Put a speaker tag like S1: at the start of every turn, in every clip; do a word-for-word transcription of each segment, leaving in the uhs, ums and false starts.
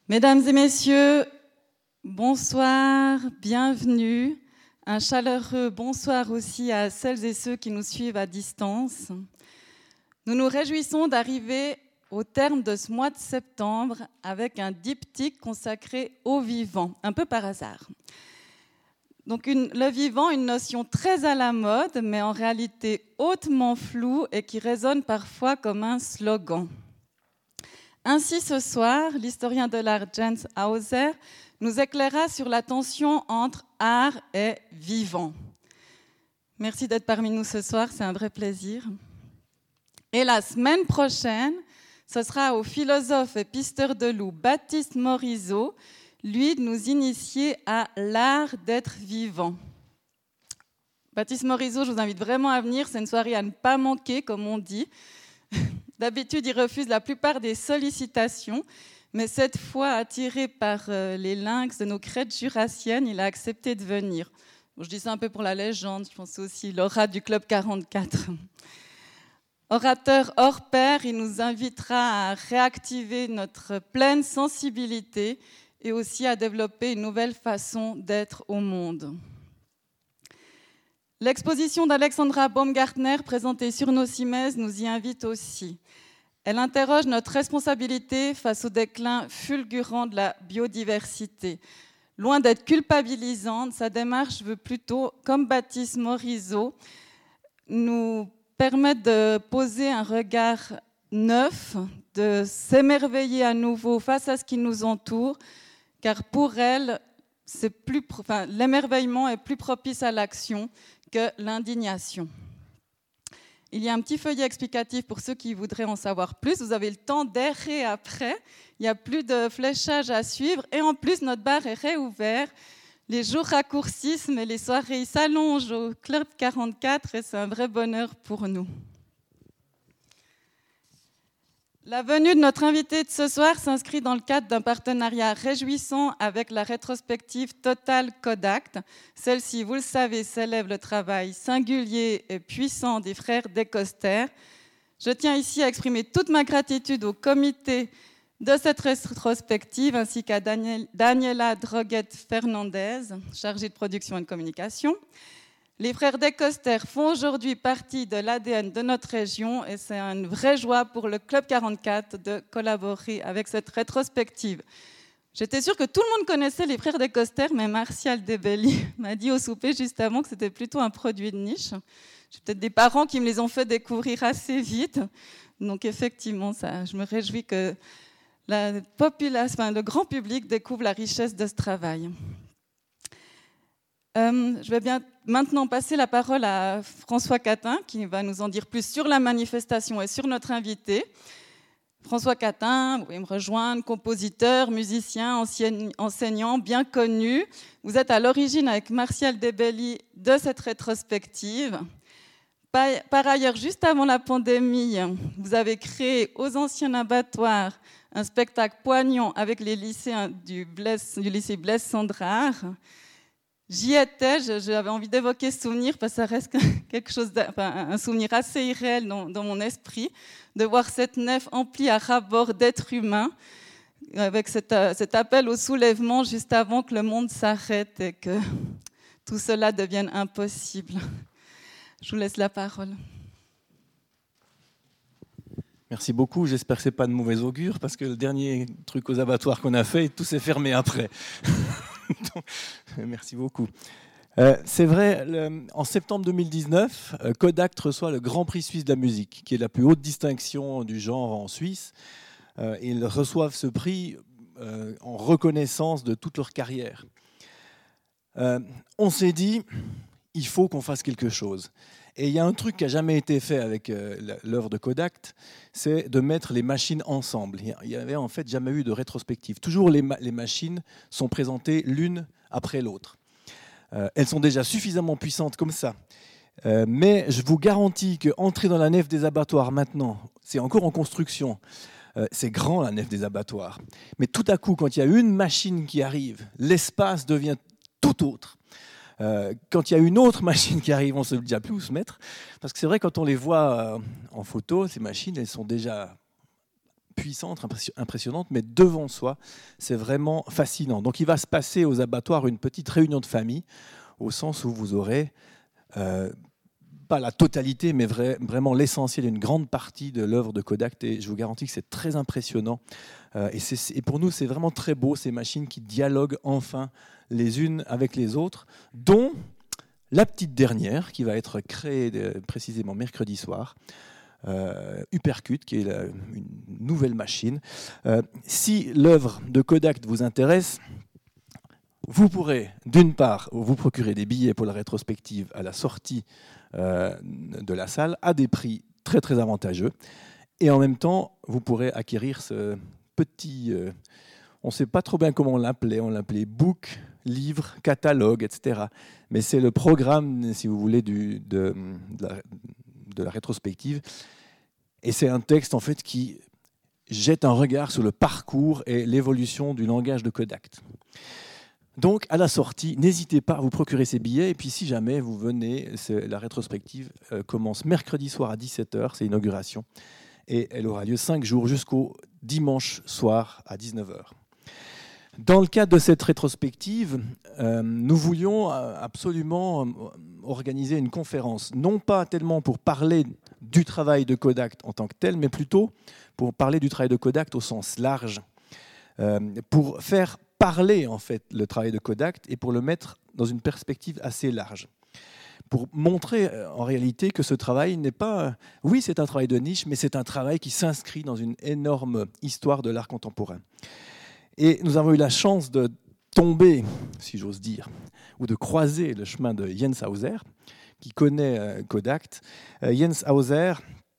S1: Mesdames et messieurs, bonsoir, bienvenue. Un chaleureux bonsoir aussi à celles et ceux qui nous suivent à distance. Nous nous réjouissons d'arriver au terme de ce mois de septembre avec un diptyque consacré au vivant, un peu par hasard. Donc une, le vivant, une notion très à la mode, mais en réalité hautement floue et qui résonne parfois comme un slogan. Ainsi, ce soir, l'historien de l'art Jens Hauser nous éclairera sur la tension entre art et vivant. Merci d'être parmi nous ce soir, c'est un vrai plaisir. Et la semaine prochaine, ce sera au philosophe et pisteur de loup Baptiste Morisot, lui, de nous initier à l'art d'être vivant. Baptiste Morisot, je vous invite vraiment à venir, c'est une soirée à ne pas manquer, comme on dit. D'habitude, il refuse la plupart des sollicitations, mais cette fois, attiré par les lynx de nos crêtes jurassiennes, il a accepté de venir. Bon, je dis ça un peu pour la légende, je pense aussi Laura du Club quarante-quatre. Orateur hors pair, il nous invitera à réactiver notre pleine sensibilité et aussi à développer une nouvelle façon d'être au monde. L'exposition d'Alexandra Baumgartner, présentée sur Nocimès, nous y invite aussi. Elle interroge notre responsabilité face au déclin fulgurant de la biodiversité. Loin d'être culpabilisante, sa démarche veut plutôt, comme Baptiste Morisot, nous permettre de poser un regard neuf, de s'émerveiller à nouveau face à ce qui nous entoure, car pour elle, c'est plus, enfin, l'émerveillement est plus propice à l'action que l'indignation. Il y a un petit feuillet explicatif pour ceux qui voudraient en savoir plus. Vous avez le temps d'errer après. Il n'y a plus de fléchage à suivre. Et en plus, notre bar est réouvert. Les jours raccourcissent, mais les soirées s'allongent au Club quarante-quatre et c'est un vrai bonheur pour nous. La venue de notre invité de ce soir s'inscrit dans le cadre d'un partenariat réjouissant avec la rétrospective Total Kodak. Celle-ci, vous le savez, célèbre le travail singulier et puissant des frères Decoster. Je tiens ici à exprimer toute ma gratitude au comité de cette rétrospective ainsi qu'à Daniel, Daniela Droguet-Fernandez, chargée de production et de communication. Les frères Decoster font aujourd'hui partie de l'A D N de notre région et c'est une vraie joie pour le Club quarante-quatre de collaborer avec cette rétrospective. J'étais sûre que tout le monde connaissait les frères Decoster, mais Martial Debelli m'a dit au souper juste avant que c'était plutôt un produit de niche. J'ai peut-être des parents qui me les ont fait découvrir assez vite. Donc effectivement, ça, je me réjouis que la population, enfin, le grand public découvre la richesse de ce travail. Euh, je vais bien maintenant passer la parole à François Catin, qui va nous en dire plus sur la manifestation et sur notre invité. François Catin, vous pouvez me rejoindre, compositeur, musicien, enseignant, bien connu. Vous êtes à l'origine avec Martial Debelli de cette rétrospective. Par ailleurs, juste avant la pandémie, vous avez créé aux anciens abattoirs un spectacle poignant avec les lycéens du, Blaise, du lycée Blaise Cendrars. J'y étais, j'avais envie d'évoquer ce souvenir parce que ça reste quelque chose, enfin, un souvenir assez irréel dans, dans mon esprit, de voir cette nef emplie à ras-bord d'êtres humains, avec cet, cet appel au soulèvement juste avant que le monde s'arrête et que tout cela devienne impossible. Je vous laisse la parole.
S2: Merci beaucoup, j'espère que ce n'est pas de mauvais augure parce que le dernier truc aux abattoirs qu'on a fait, tout s'est fermé après. Donc, merci beaucoup. Euh, c'est vrai, le, en septembre deux mille dix-neuf, euh, Kodak reçoit le Grand Prix suisse de la musique, qui est la plus haute distinction du genre en Suisse. Euh, ils reçoivent ce prix euh, en reconnaissance de toute leur carrière. Euh, on s'est dit, il faut qu'on fasse quelque chose. Et il y a un truc qui n'a jamais été fait avec euh, l'œuvre de Kodak, c'est de mettre les machines ensemble. Il n'y avait en fait jamais eu de rétrospective. Toujours les, ma- les machines sont présentées l'une après l'autre. Euh, elles sont déjà suffisamment puissantes comme ça. Euh, mais je vous garantis qu'entrer dans la nef des abattoirs maintenant, c'est encore en construction. Euh, c'est grand la nef des abattoirs. Mais tout à coup, quand il y a une machine qui arrive, l'espace devient tout autre. Euh, quand il y a une autre machine qui arrive, on ne sait déjà plus où se mettre. Parce que c'est vrai, quand on les voit euh, en photo, ces machines, elles sont déjà puissante, impressionnante, mais devant soi, c'est vraiment fascinant. Donc il va se passer aux abattoirs une petite réunion de famille, au sens où vous aurez, euh, pas la totalité, mais vrai, vraiment l'essentiel, une grande partie de l'œuvre de Kodak, et je vous garantis que c'est très impressionnant. Euh, et, c'est, et pour nous, c'est vraiment très beau, ces machines qui dialoguent enfin les unes avec les autres, dont la petite dernière, qui va être créée de, précisément mercredi soir, euh, Uppercut, qui est la, une nouvelle machine. Euh, si l'œuvre de Kodak vous intéresse, vous pourrez, d'une part, vous procurer des billets pour la rétrospective à la sortie euh, de la salle, à des prix très très avantageux. Et en même temps, vous pourrez acquérir ce petit... Euh, on ne sait pas trop bien comment on l'appelait, on l'appelait book, livre, catalogue, et cetera. Mais c'est le programme, si vous voulez, du, de, de, la, de la rétrospective. Et c'est un texte, en fait, qui jette un regard sur le parcours et l'évolution du langage de Kodak. Donc, à la sortie, n'hésitez pas à vous procurer ces billets. Et puis, si jamais vous venez, la rétrospective euh, commence mercredi soir à dix-sept heures, c'est l'inauguration. Et elle aura lieu cinq jours jusqu'au dimanche soir à dix-neuf heures. Dans le cadre de cette rétrospective, euh, nous voulions absolument organiser une conférence, non pas tellement pour parler du travail de Kodak en tant que tel, mais plutôt pour parler du travail de Kodak au sens large, euh, pour faire parler en fait le travail de Kodak et pour le mettre dans une perspective assez large, pour montrer en réalité que ce travail n'est pas... Oui, c'est un travail de niche, mais c'est un travail qui s'inscrit dans une énorme histoire de l'art contemporain. Et nous avons eu la chance de tomber, si j'ose dire, ou de croiser le chemin de Jens Hauser, qui connaît Kodak. Jens Hauser,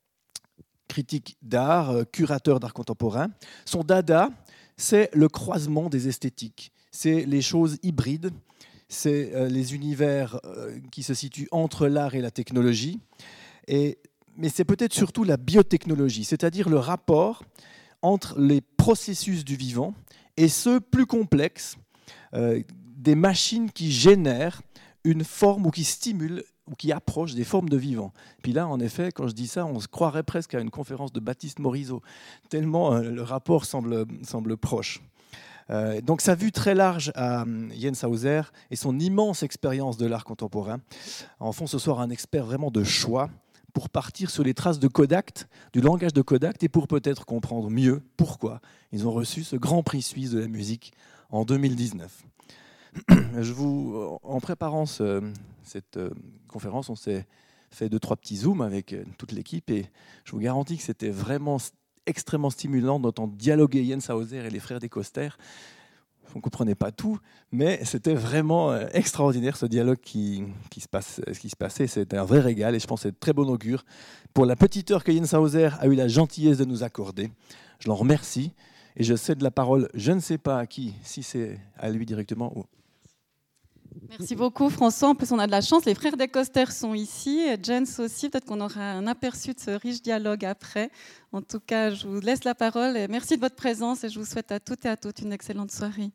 S2: critique d'art, curateur d'art contemporain. Son dada, c'est le croisement des esthétiques. C'est les choses hybrides, c'est les univers qui se situent entre l'art et la technologie. Et, mais c'est peut-être surtout la biotechnologie, c'est-à-dire le rapport entre les processus du vivant et ceux plus complexes, euh, des machines qui génèrent une forme ou qui stimulent ou qui approchent des formes de vivant. Puis là, en effet, quand je dis ça, on se croirait presque à une conférence de Baptiste Morisot, tellement euh, le rapport semble, semble proche. Euh, donc sa vue très large à Jens Hauser et son immense expérience de l'art contemporain en font ce soir un expert vraiment de choix pour partir sur les traces de Kodak, du langage de Kodak, et pour peut-être comprendre mieux pourquoi ils ont reçu ce grand prix suisse de la musique en deux mille dix-neuf. Je vous, en préparant ce, cette conférence, on s'est fait deux, trois petits zooms avec toute l'équipe, et je vous garantis que c'était vraiment extrêmement stimulant d'entendre dialoguer Jens Hauser et les frères Descoster. On ne comprenait pas tout, mais c'était vraiment extraordinaire ce dialogue qui, qui, se passe, qui se passait. C'était un vrai régal et je pense que c'est de très bon augure pour la petite heure que Jens Hauser a eu la gentillesse de nous accorder. Je l'en remercie et je cède la parole, je ne sais pas à qui, si c'est à lui directement. Ou...
S1: Merci beaucoup François. En plus, on a de la chance. Les frères Descoster sont ici, Jens aussi. Peut-être qu'on aura un aperçu de ce riche dialogue après. En tout cas, je vous laisse la parole. Et merci de votre présence et je vous souhaite à toutes et à toutes une excellente soirée.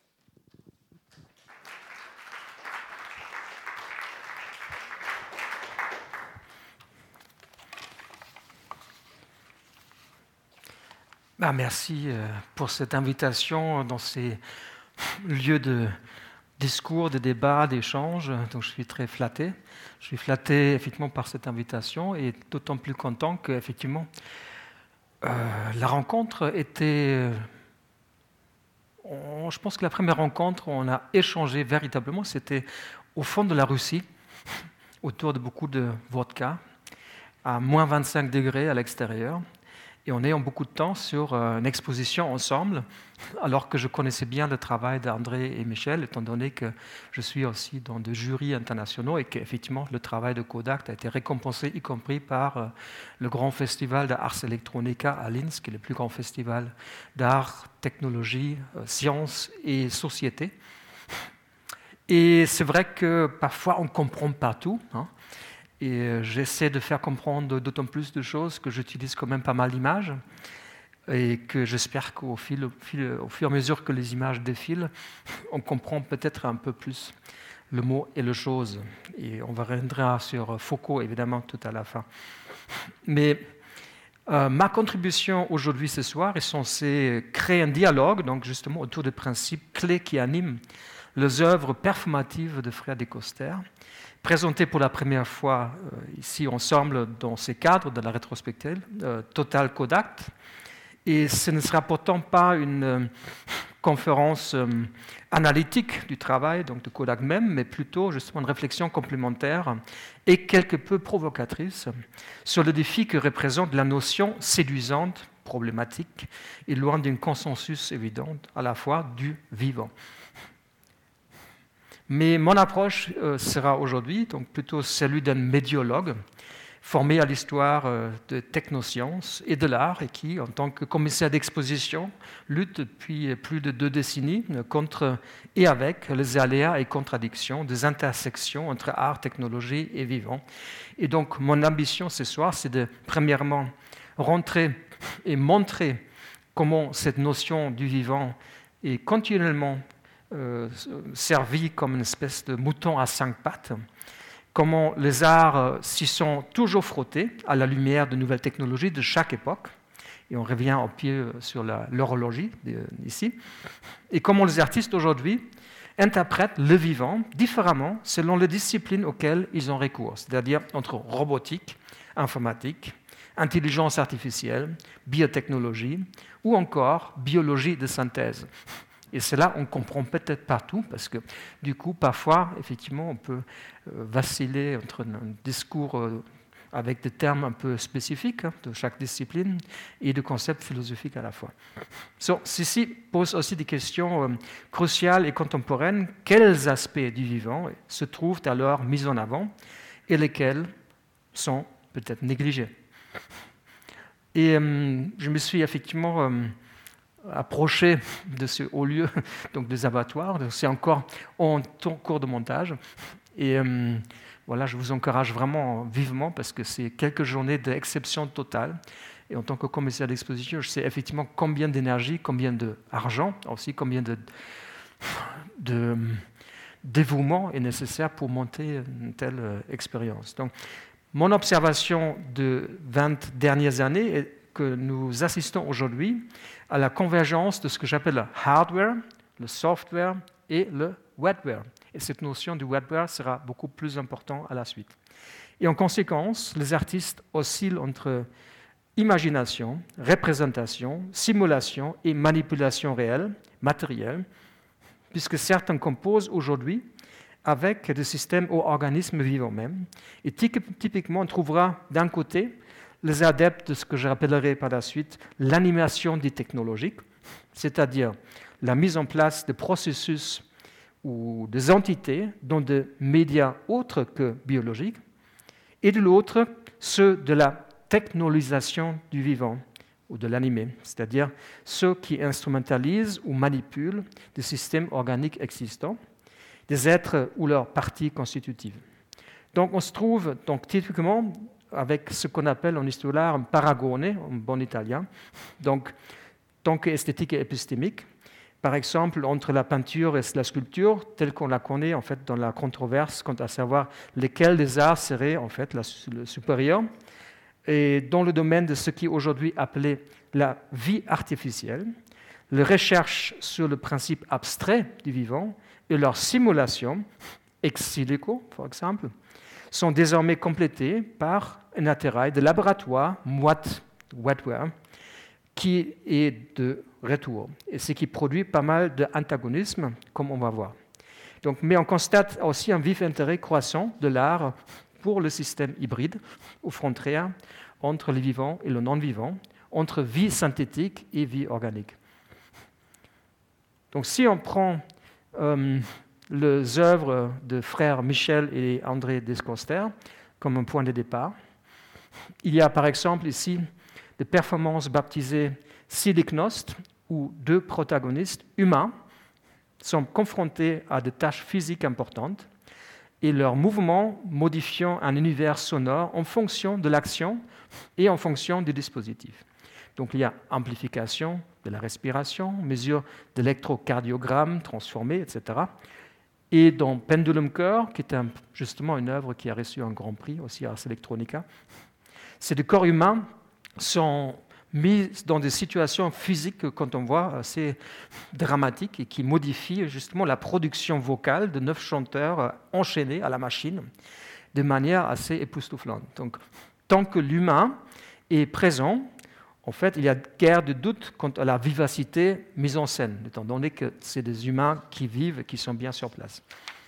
S3: Ben, merci pour cette invitation dans ces lieux de discours, de débats, d'échanges. Donc je suis très flatté. Je suis flatté effectivement par cette invitation et d'autant plus content qu'effectivement euh, la rencontre était... On, je pense que la première rencontre où on a échangé véritablement, c'était au fond de la Russie, autour de beaucoup de vodka, à moins vingt-cinq degrés à l'extérieur. Et en ayant beaucoup de temps sur une exposition ensemble, alors que je connaissais bien le travail d'André et Michel, étant donné que je suis aussi dans des jurys internationaux et qu'effectivement le travail de Kodak a été récompensé, y compris par le grand festival d'Ars Electronica à Linz, qui est le plus grand festival d'art, technologie, sciences et société. Et c'est vrai que parfois on ne comprend pas tout, hein. Et j'essaie de faire comprendre d'autant plus de choses que j'utilise quand même pas mal d'images et que j'espère qu'au fil, au, fil, au fur et à mesure que les images défilent, on comprend peut-être un peu plus le mot et le chose. Et on reviendra sur Foucault, évidemment, tout à la fin. Mais Euh, ma contribution aujourd'hui, ce soir, est censée créer un dialogue, donc justement autour des principes clés qui animent les œuvres performatives de Frère Descoster, présentées pour la première fois euh, ici ensemble dans ces cadres de la rétrospective euh, Total Kodak. Et ce ne sera pourtant pas une euh, conférence euh, analytique du travail donc de Kodak même, mais plutôt justement une réflexion complémentaire et quelque peu provocatrice sur le défi que représente la notion séduisante, problématique et loin d'un consensus évident à la fois du vivant. Mais mon approche euh, sera aujourd'hui donc plutôt celui d'un médiologue formé à l'histoire euh, de technosciences et de l'art et qui, en tant que commissaire d'exposition, lutte depuis plus de deux décennies contre et avec les aléas et contradictions des intersections entre art, technologie et vivant. Et donc, mon ambition ce soir, c'est de, premièrement, rentrer et montrer comment cette notion du vivant est continuellement euh, servie comme une espèce de mouton à cinq pattes, comment les arts s'y sont toujours frottés à la lumière de nouvelles technologies de chaque époque, et on revient au pied sur la, l'horologie ici, et comment les artistes aujourd'hui interprètent le vivant différemment selon les disciplines auxquelles ils ont recours, c'est-à-dire entre robotique, informatique, intelligence artificielle, biotechnologie ou encore biologie de synthèse. Et cela, on ne comprend peut-être pas tout, parce que du coup, parfois, effectivement, on peut euh, vaciller entre un discours euh, avec des termes un peu spécifiques hein, de chaque discipline et de concepts philosophiques à la fois. So, ceci pose aussi des questions euh, cruciales et contemporaines. Quels aspects du vivant se trouvent alors mis en avant et lesquels sont peut-être négligés? Et euh, je me suis effectivement... Euh, approché de ce haut lieu, donc des abattoirs. C'est encore en cours de montage. Et euh, voilà, je vous encourage vraiment vivement parce que c'est quelques journées d'exception totale. Et en tant que commissaire d'exposition, je sais effectivement combien d'énergie, combien d'argent, aussi combien de, de dévouement est nécessaire pour monter une telle expérience. Donc, mon observation de vingt dernières années est que nous assistons aujourd'hui à la convergence de ce que j'appelle le hardware, le software et le wetware. Et cette notion du wetware sera beaucoup plus importante à la suite. Et en conséquence, les artistes oscillent entre imagination, représentation, simulation et manipulation réelle, matérielle, puisque certains composent aujourd'hui avec des systèmes aux organismes vivants même. Et typiquement, on trouvera d'un côté les adeptes de ce que je rappellerai par la suite l'animation dit technologique, c'est-à-dire la mise en place de processus ou des entités dans des médias autres que biologiques, et de l'autre, ceux de la technolisation du vivant ou de l'animé, c'est-à-dire ceux qui instrumentalisent ou manipulent des systèmes organiques existants, des êtres ou leurs parties constitutives. Donc on se trouve donc typiquement avec ce qu'on appelle en histoire un paragone, en bon italien, donc tant qu'esthétique et épistémique, par exemple entre la peinture et la sculpture, telle qu'on la connaît en fait dans la controverse quant à savoir lesquels des arts seraient en fait la, le supérieur, et dans le domaine de ce qui est aujourd'hui appelé la vie artificielle, les recherches sur le principe abstrait du vivant et leur simulation, ex silico par exemple, sont désormais complétées par un attirail de laboratoire, wetware, qui est de retour, et ce qui produit pas mal d'antagonisme, comme on va voir. Donc, mais on constate aussi un vif intérêt croissant de l'art pour le système hybride, aux frontières entre le vivant et le non-vivant, entre vie synthétique et vie organique. Donc, si on prend euh, les œuvres de frères Michel et André Descoster comme un point de départ, il y a par exemple ici des performances baptisées Silicnost, où deux protagonistes humains sont confrontés à des tâches physiques importantes et leurs mouvements modifiant un univers sonore en fonction de l'action et en fonction du dispositif. Donc il y a amplification de la respiration, mesure d'électrocardiogramme transformé, et cetera. Et dans Pendulum Corps, qui est un, justement une œuvre qui a reçu un grand prix aussi à Ars Electronica, c'est des corps humains sont mis dans des situations physiques, quand on voit, assez dramatiques et qui modifient justement la production vocale de neuf chanteurs enchaînés à la machine de manière assez époustouflante. Donc, tant que l'humain est présent, en fait, il y a guère de doute quant à la vivacité mise en scène, étant donné que c'est des humains qui vivent et qui sont bien sur place.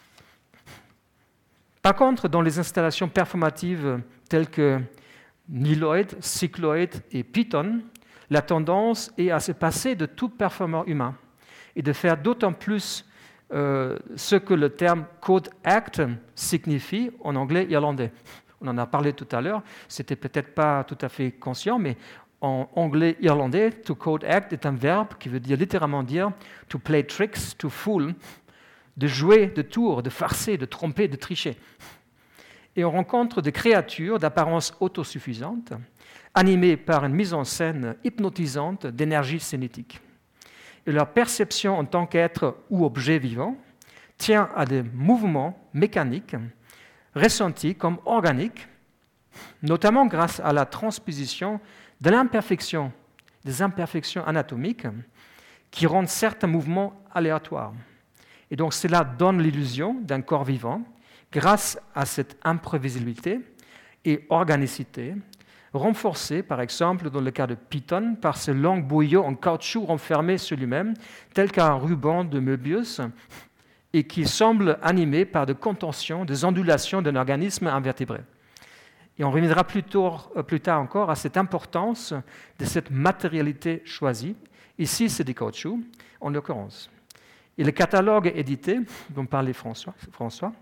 S3: Par contre, dans les installations performatives telles que Niloid, Cycloid et Python, la tendance est à se passer de tout performeur humain et de faire d'autant plus euh, ce que le terme code act signifie en anglais irlandais. On en a parlé tout à l'heure, c'était peut-être pas tout à fait conscient, mais en anglais irlandais, to code act est un verbe qui veut dire littéralement dire to play tricks, to fool, de jouer de tours, de farcer, de tromper, de tricher. Et on rencontre des créatures d'apparence autosuffisante, animées par une mise en scène hypnotisante d'énergie cinétique. Et leur perception en tant qu'être ou objet vivant tient à des mouvements mécaniques ressentis comme organiques, notamment grâce à la transposition de l'imperfection, des imperfections anatomiques qui rendent certains mouvements aléatoires. Et donc cela donne l'illusion d'un corps vivant grâce à cette imprévisibilité et organicité, renforcée par exemple dans le cas de Python par ce long boyau en caoutchouc renfermé sur lui-même, tel qu'un ruban de Möbius, et qui semble animé par des contentions, des ondulations d'un organisme invertébré. Et on reviendra plus tard, plus tard encore à cette importance de cette matérialité choisie. Ici, c'est du caoutchouc, en l'occurrence. Et le catalogue édité, dont parlait François, François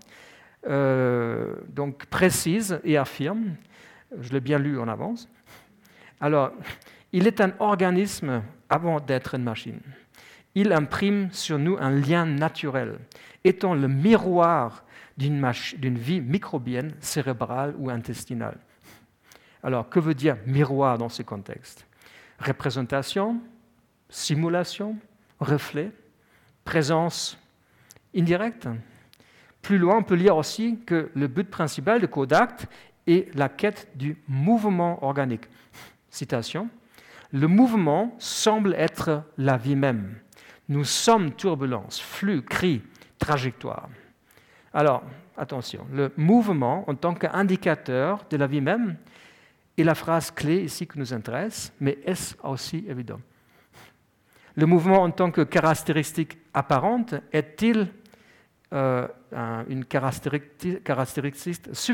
S3: euh, donc précise et affirme, je l'ai bien lu en avance, alors, il est un organisme avant d'être une machine. Il imprime sur nous un lien naturel, étant le miroir d'une, mach- d'une vie microbienne, cérébrale ou intestinale. Alors, que veut dire miroir dans ce contexte ? Représentation, simulation, reflet, présence indirecte. Plus loin, on peut lire aussi que le but principal de Codact est la quête du mouvement organique. Citation. Le mouvement semble être la vie même. Nous sommes turbulence, flux, cris, trajectoire. Alors, attention, le mouvement en tant qu'indicateur de la vie même est la phrase clé ici qui nous intéresse, mais est-ce aussi évident ? Le mouvement en tant que caractéristique apparente est-il euh, une caractéristique, caractéristique suffisante ?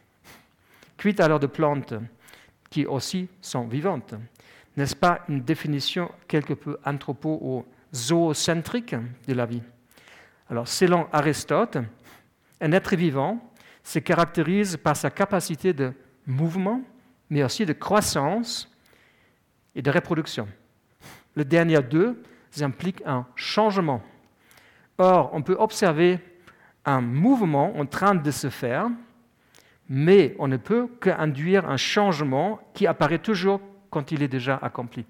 S3: Quid alors de plantes qui aussi sont vivantes ? N'est-ce pas une définition quelque peu anthropo- ou zoocentrique de la vie ? Alors, selon Aristote, un être vivant se caractérise par sa capacité de mouvement, mais aussi de croissance et de reproduction. Les derniers deux impliquent un changement. Or, on peut observer un mouvement en train de se faire, mais on ne peut qu'induire un changement qui apparaît toujours quand il est déjà accompli.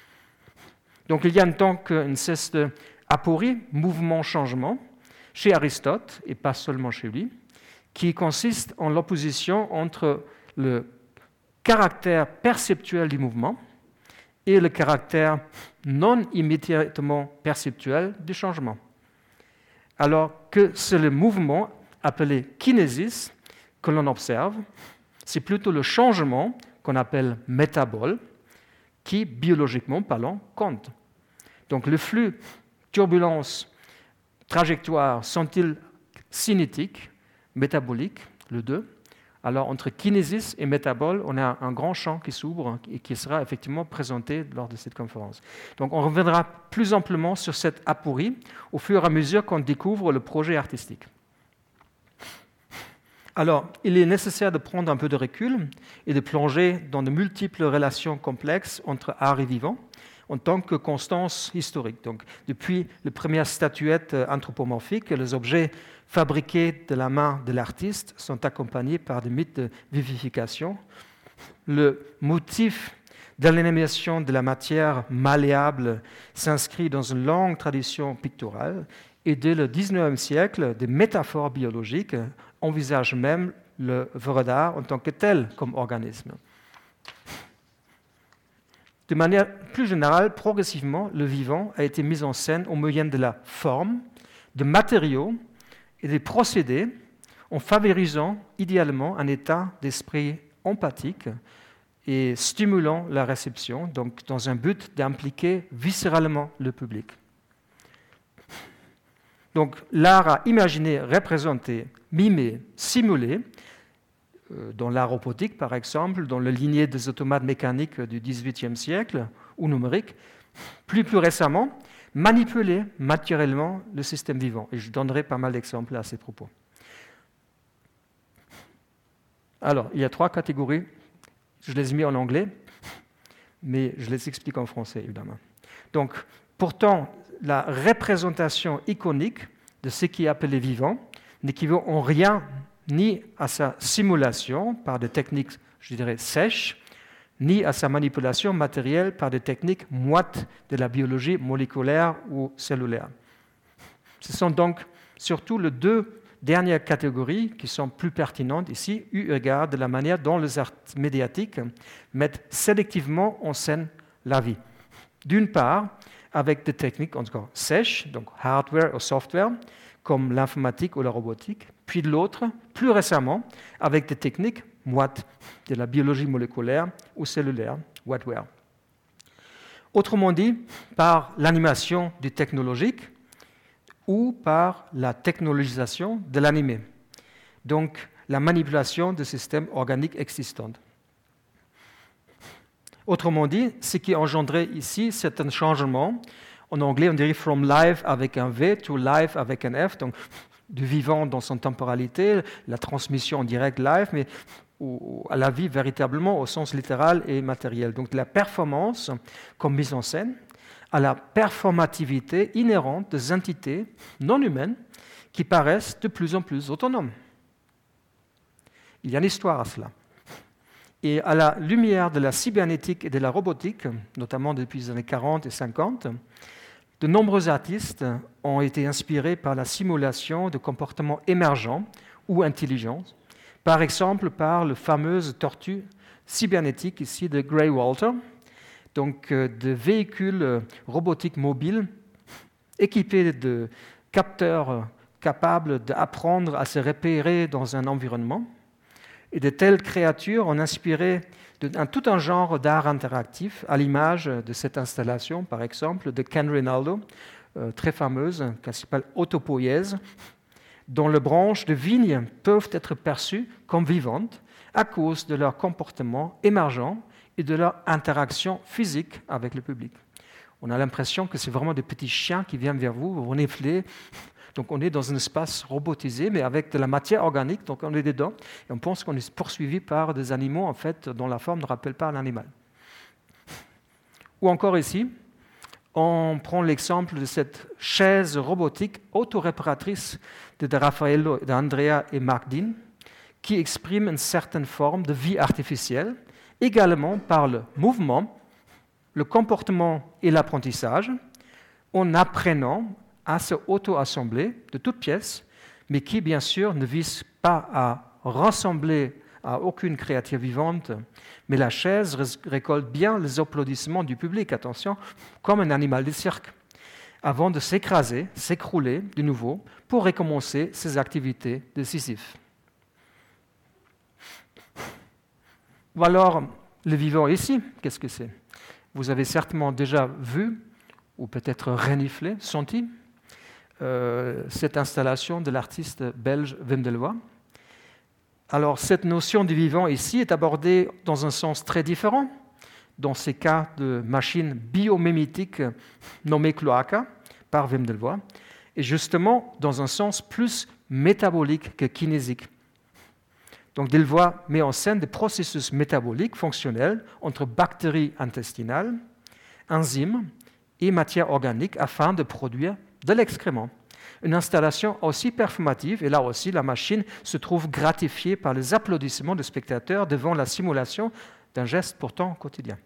S3: Donc il y a en tant qu'une cesse d'aporie, mouvement-changement, chez Aristote, et pas seulement chez lui, qui consiste en l'opposition entre le caractère perceptuel du mouvement et le caractère non immédiatement perceptuel du changement. Alors que c'est le mouvement appelé kinésis que l'on observe, c'est plutôt le changement qu'on appelle métabole, qui, biologiquement parlant, compte. Donc le flux, turbulence, trajectoire sont-ils cinétiques, métaboliques, le deux ? Alors entre kinésis et métabole, on a un grand champ qui s'ouvre et qui sera effectivement présenté lors de cette conférence. Donc on reviendra plus amplement sur cette aporie au fur et à mesure qu'on découvre le projet artistique. Alors, il est nécessaire de prendre un peu de recul et de plonger dans de multiples relations complexes entre art et vivant en tant que constance historique. Donc, depuis les premières statuettes anthropomorphiques, les objets fabriqués de la main de l'artiste sont accompagnés par des mythes de vivification. Le motif de l'animation de la matière malléable s'inscrit dans une longue tradition picturale et dès le dix-neuvième siècle, des métaphores biologiques envisagent même l'œuvre d'art en tant que tel comme organisme. De manière plus générale, progressivement, le vivant a été mis en scène au moyen de la forme, de matériaux et des procédés, en favorisant idéalement un état d'esprit empathique et stimulant la réception, donc dans un but d'impliquer viscéralement le public. Donc l'art a imaginé, représenté, mimé, simulé, euh, dans l'art robotique par exemple, dans la lignée des automates mécaniques du dix-huitième siècle ou numérique, plus plus récemment, manipuler matériellement le système vivant. Et je donnerai pas mal d'exemples à ces propos. Alors, il y a trois catégories. Je les ai mis en anglais, mais je les explique en français, évidemment. Donc, pourtant, la représentation iconique de ce qui est appelé vivant n'équivaut en rien ni à sa simulation par des techniques, je dirais, sèches, ni à sa manipulation matérielle par des techniques moites de la biologie moléculaire ou cellulaire. Ce sont donc surtout les deux dernières catégories qui sont plus pertinentes ici, eu égard de la manière dont les arts médiatiques mettent sélectivement en scène la vie. D'une part, avec des techniques encore sèches, donc hardware ou software, comme l'informatique ou la robotique, puis de l'autre, plus récemment, avec des techniques moites de la biologie moléculaire ou cellulaire, wetware. Autrement dit, par l'animation du technologique ou par la technologisation de l'animé, donc la manipulation de systèmes organiques existants. Autrement dit, ce qui est engendré ici, c'est un changement. En anglais, on dirait « from live » avec un V to « live » avec un F, donc du vivant dans son temporalité, la transmission en direct live, mais à la vie véritablement au sens littéral et matériel. Donc de la performance comme mise en scène, à la performativité inhérente des entités non humaines qui paraissent de plus en plus autonomes. Il y a une histoire à cela. Et à la lumière de la cybernétique et de la robotique, notamment depuis les années quarante et cinquante, de nombreux artistes ont été inspirés par la simulation de comportements émergents ou intelligents, par exemple par le fameuse tortue cybernétique ici de Gray Walter, donc euh, de véhicules euh, robotiques mobiles équipés de capteurs euh, capables d'apprendre à se repérer dans un environnement. Et de telles créatures ont inspiré de, un, tout un genre d'art interactif, à l'image de cette installation, par exemple, de Ken Rinaldo, euh, très fameuse, qui s'appelle Autopoiese, dont les branches de vigne peuvent être perçues comme vivantes à cause de leur comportement émergent et de leur interaction physique avec le public. On a l'impression que c'est vraiment des petits chiens qui viennent vers vous, vous reniflez. Donc on est dans un espace robotisé, mais avec de la matière organique, donc on est dedans, et on pense qu'on est poursuivi par des animaux, en fait, dont la forme ne rappelle pas un animal. Ou encore ici, on prend l'exemple de cette chaise robotique autoréparatrice de Raffaello, d'Andrea et Mark Dean, qui exprime une certaine forme de vie artificielle, également par le mouvement, le comportement et l'apprentissage, en apprenant à se auto-assembler de toutes pièces, mais qui, bien sûr, ne vise pas à rassembler à aucune créature vivante, mais la chaise récolte bien les applaudissements du public, attention, comme un animal de cirque, avant de s'écraser, s'écrouler de nouveau pour recommencer ses activités décisives. Ou alors, le vivant ici, qu'est-ce que c'est? Vous avez certainement déjà vu, ou peut-être reniflé, senti, euh, cette installation de l'artiste belge Wim Delvoye. Alors, cette notion du vivant ici est abordée dans un sens très différent, dans ces cas de machines biomimétiques nommées cloaca par Wim Delvoye, et justement dans un sens plus métabolique que kinésique. Donc, Delvoye met en scène des processus métaboliques fonctionnels entre bactéries intestinales, enzymes et matière organique afin de produire de l'excrément. Une installation aussi performative, et là aussi la machine se trouve gratifiée par les applaudissements des spectateurs devant la simulation d'un geste pourtant quotidien.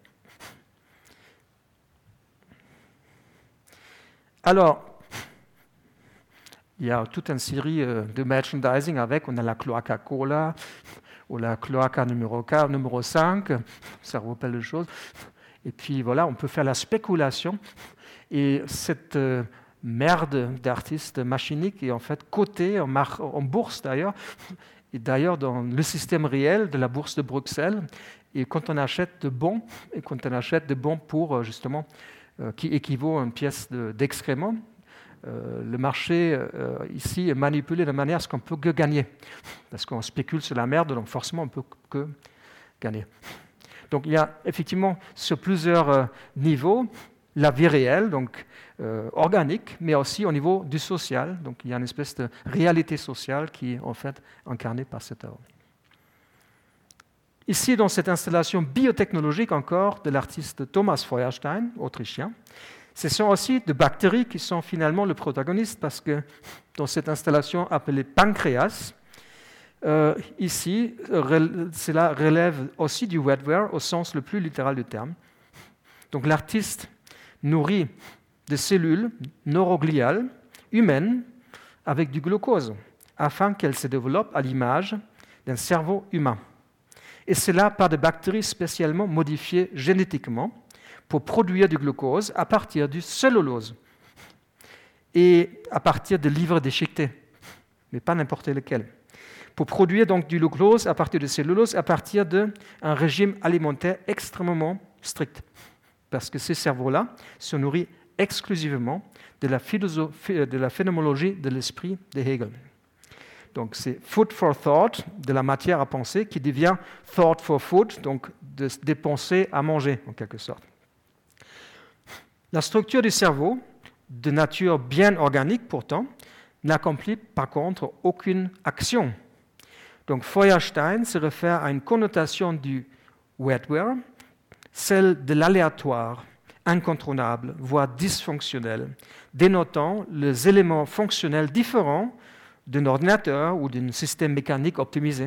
S3: Alors, il y a toute une série de merchandising avec, on a la cloaca cola, ou la cloaca numéro quatre, numéro cinq, ça rappelle des choses. Et puis voilà, on peut faire la spéculation. Et cette euh, merde d'artistes machiniques est en fait cotée en, mar- en bourse d'ailleurs, et d'ailleurs dans le système réel de la bourse de Bruxelles. Et quand on achète de bons, et quand on achète de bons pour justement, euh, qui équivaut à une pièce de, d'excrément, euh, le marché euh, ici est manipulé de manière à ce qu'on peut que gagner. Parce qu'on spécule sur la merde, donc forcément on peut que gagner. Donc il y a effectivement sur plusieurs euh, niveaux la vie réelle, donc euh, organique, mais aussi au niveau du social. Donc il y a une espèce de réalité sociale qui est en fait incarnée par cette œuvre. Ici, dans cette installation biotechnologique encore de l'artiste Thomas Feuerstein, autrichien, ce sont aussi des bactéries qui sont finalement le protagoniste parce que dans cette installation appelée Pancréas, euh, ici, cela relève aussi du wetware au sens le plus littéral du terme. Donc l'artiste nourrit des cellules neurogliales humaines avec du glucose afin qu'elles se développent à l'image d'un cerveau humain. Et cela par des bactéries spécialement modifiées génétiquement pour produire du glucose à partir du cellulose et à partir de livres déchiquetés, mais pas n'importe lequel. Pour produire donc du glucose à partir de cellulose à partir d'un régime alimentaire extrêmement strict, parce que ces cerveaux-là se nourrissent exclusivement de la, philosophie, de la phénoménologie de l'esprit de Hegel. Donc c'est food for thought, de la matière à penser, qui devient thought for food, donc de, des pensées à manger, en quelque sorte. La structure du cerveau, de nature bien organique pourtant, n'accomplit par contre aucune action. Donc Feuerstein se réfère à une connotation du wetware, celle de l'aléatoire, incontrôlable, voire dysfonctionnel, dénotant les éléments fonctionnels différents d'un ordinateur ou d'un système mécanique optimisé.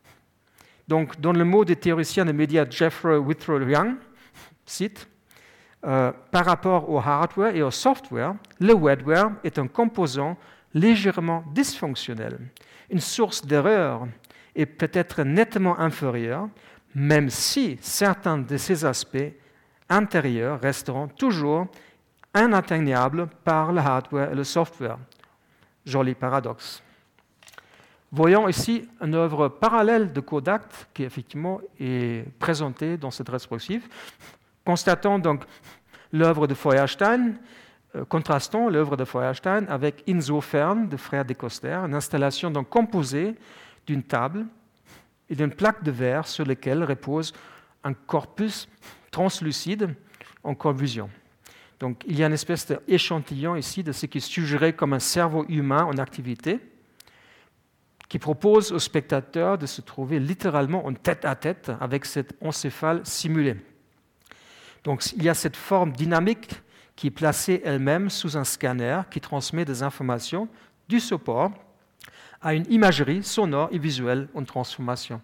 S3: Donc, dans le mot des théoriciens des médias Jeffrey Withrow Young, cite, euh, par rapport au hardware et au software, le wetware est un composant légèrement dysfonctionnel, une source d'erreur et peut-être nettement inférieure, même si certains de ces aspects intérieurs resteront toujours inatteignables par le hardware et le software. Joli paradoxe. Voyons ici une œuvre parallèle de Kodak qui effectivement est présentée dans cette rétrospective. Constatons donc l'œuvre de Feuerstein, euh, contrastons l'œuvre de Feuerstein avec Insofern de frère Descoster, une installation donc composée d'une table et d'une plaque de verre sur laquelle repose un corpus translucide en convulsion. Donc, il y a une espèce d'échantillon ici de ce qui est suggéré comme un cerveau humain en activité, qui propose au spectateur de se trouver littéralement en tête-à-tête avec cet encéphale simulé. Donc, il y a cette forme dynamique qui est placée elle-même sous un scanner qui transmet des informations du support à une imagerie sonore et visuelle en transformation.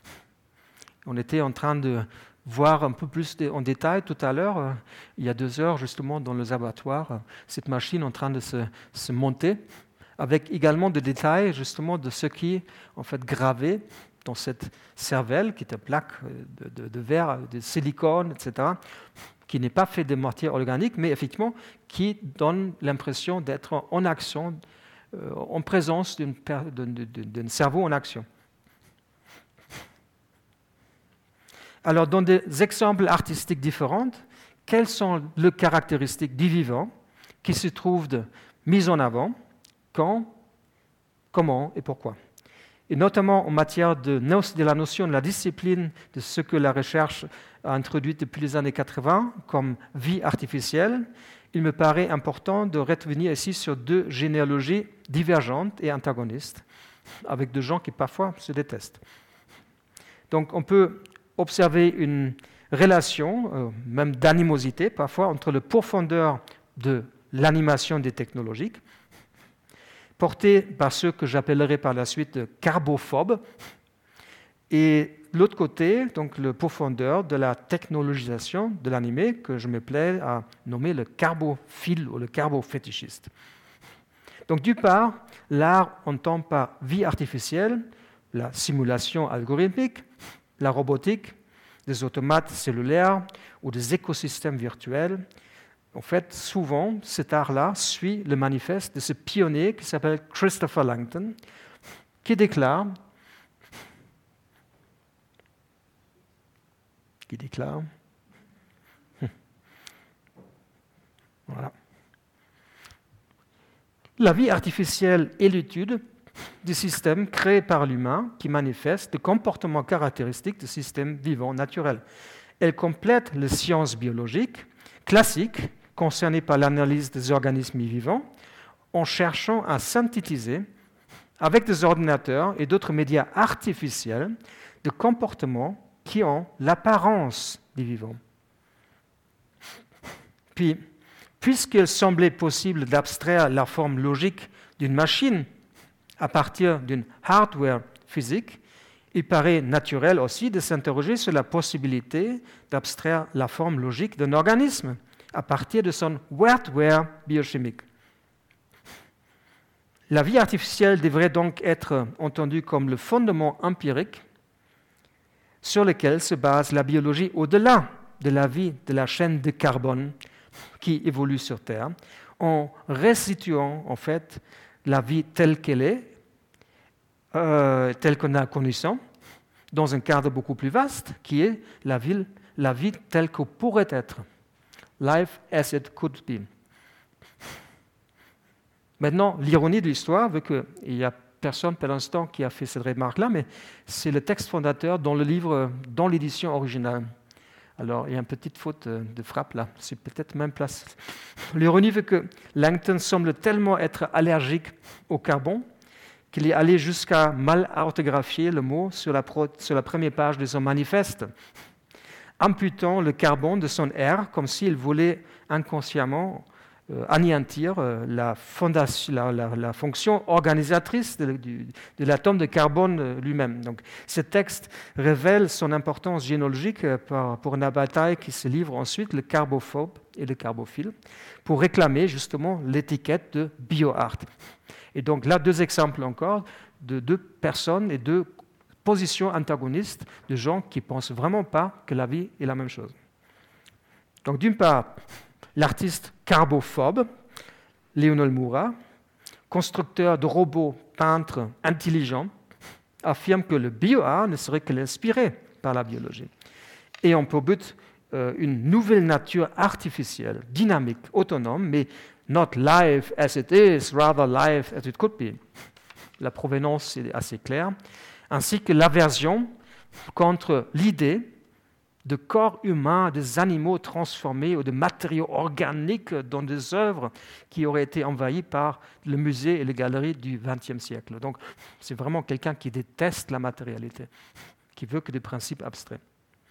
S3: On était en train de voir un peu plus en détail tout à l'heure, euh, il y a deux heures justement dans le abattoir, euh, cette machine en train de se, se monter, avec également des détails justement de ce qui est en fait gravé dans cette cervelle, qui est une plaque de, de, de verre, de silicone, et cetera, qui n'est pas fait de matière organique, mais effectivement qui donne l'impression d'être en action, euh, en présence d'une, d'un cerveau en action. Alors, dans des exemples artistiques différents, quelles sont les caractéristiques du vivant qui se trouvent de mise en avant, quand, comment et pourquoi? Et notamment en matière de, de la notion de la discipline de ce que la recherche a introduit depuis les années quatre-vingts comme vie artificielle, il me paraît important de revenir ici sur deux généalogies divergentes et antagonistes, avec des gens qui parfois se détestent. Donc, on peut observer une relation, euh, même d'animosité parfois, entre la profondeur de l'animation des technologiques, portée par ceux que j'appellerai par la suite carbophobes, et l'autre côté, donc la profondeur de la technologisation de l'animé, que je me plais à nommer le carbophile ou le carbofétichiste. Donc, d'une part, l'art entend par vie artificielle la simulation algorithmique, la robotique, des automates cellulaires ou des écosystèmes virtuels. En fait, souvent, cet art-là suit le manifeste de ce pionnier qui s'appelle Christopher Langton, qui déclare, qui déclare, voilà, la vie artificielle est l'étude des systèmes créés par l'humain qui manifestent des comportements caractéristiques de systèmes vivants naturels. Elle complète les sciences biologiques classiques concernées par l'analyse des organismes vivants en cherchant à synthétiser avec des ordinateurs et d'autres médias artificiels des comportements qui ont l'apparence des vivants. Puis, puisqu'il semblait possible d'abstraire la forme logique d'une machine à partir d'une hardware physique, il paraît naturel aussi de s'interroger sur la possibilité d'abstraire la forme logique d'un organisme à partir de son hardware biochimique. La vie artificielle devrait donc être entendue comme le fondement empirique sur lequel se base la biologie au-delà de la vie de la chaîne de carbone qui évolue sur Terre, en restituant en fait la vie telle qu'elle est, euh, telle qu'on a connaissance, dans un cadre beaucoup plus vaste, qui est la vie, la vie telle qu'elle pourrait être. Life as it could be. Maintenant, l'ironie de l'histoire veut qu'il n'y a personne pour l'instant qui a fait cette remarque-là, mais c'est le texte fondateur dans le livre, dans l'édition originale. Alors, il y a une petite faute de frappe là, c'est peut-être même place. L'ironie veut que Langton semble tellement être allergique au carbone qu'il est allé jusqu'à mal orthographier le mot sur la, pro, sur la première page de son manifeste, amputant le carbone de son R comme s'il voulait inconsciemment euh, anéantir euh, la, fondation, la, la, la fonction organisatrice de, de, de l'atome de carbone lui-même. Donc, ce texte révèle son importance généalogique pour, pour une bataille qui se livre ensuite, le carbophobe et le carbophile, pour réclamer justement l'étiquette de bioart. Et donc là, deux exemples encore de deux personnes et deux positions antagonistes de gens qui ne pensent vraiment pas que la vie est la même chose. Donc d'une part, l'artiste carbophobe, Lionel Moura, constructeur de robots, peintre intelligent, affirme que le bioart ne serait que l'inspiré par la biologie. Et on pour but euh, une nouvelle nature artificielle, dynamique, autonome, mais not life as it is, rather life as it could be. La provenance est assez claire, ainsi que l'aversion contre l'idée de corps humains, des animaux transformés ou de matériaux organiques dans des œuvres qui auraient été envahies par le musée et les galeries du vingtième siècle. Donc, c'est vraiment quelqu'un qui déteste la matérialité, qui veut que des principes abstraits.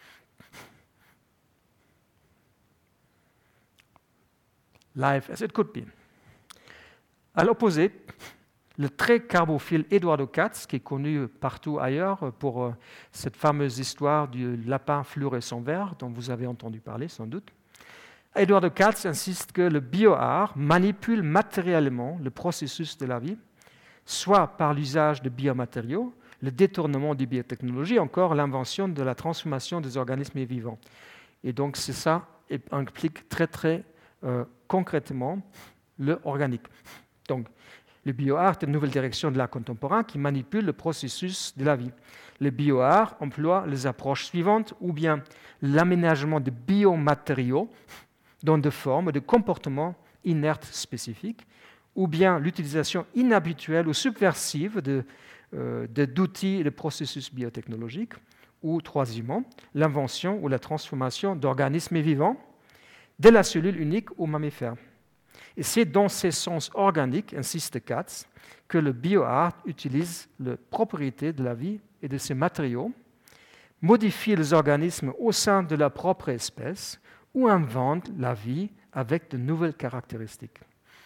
S3: Life as it could be. À l'opposé, le très carbophile Eduardo Katz, qui est connu partout ailleurs pour euh, cette fameuse histoire du lapin fluorescent vert dont vous avez entendu parler sans doute. Eduardo Katz insiste que le bioart manipule matériellement le processus de la vie, soit par l'usage de biomatériaux, le détournement des biotechnologies, encore l'invention de la transformation des organismes vivants. Et donc c'est ça qui implique très très euh, concrètement le organique. Donc, le bioart est une nouvelle direction de l'art contemporain qui manipule le processus de la vie. Le bioart emploie les approches suivantes, ou bien l'aménagement de biomatériaux dans des formes de comportements inertes spécifiques, ou bien l'utilisation inhabituelle ou subversive de, euh, de, d'outils et de processus biotechnologiques, ou troisièmement, l'invention ou la transformation d'organismes vivants de la cellule unique aux mammifères. Et c'est dans ces sens organiques, insiste Katz, que le bioart utilise les propriétés de la vie et de ses matériaux, modifie les organismes au sein de la propre espèce ou invente la vie avec de nouvelles caractéristiques.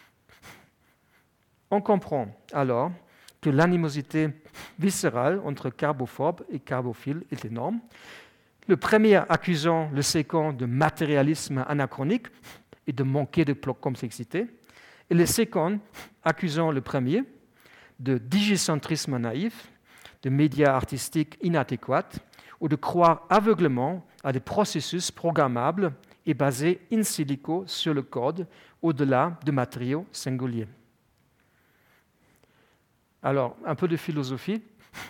S3: On comprend alors que l'animosité viscérale entre carbophobes et carbophiles est énorme, le premier accusant le second de matérialisme anachronique et de manquer de complexité, et le second accusant le premier de digicentrisme naïf, de médias artistiques inadéquats ou de croire aveuglément à des processus programmables et basés in silico sur le code, au-delà de matériaux singuliers. Alors, un peu de philosophie,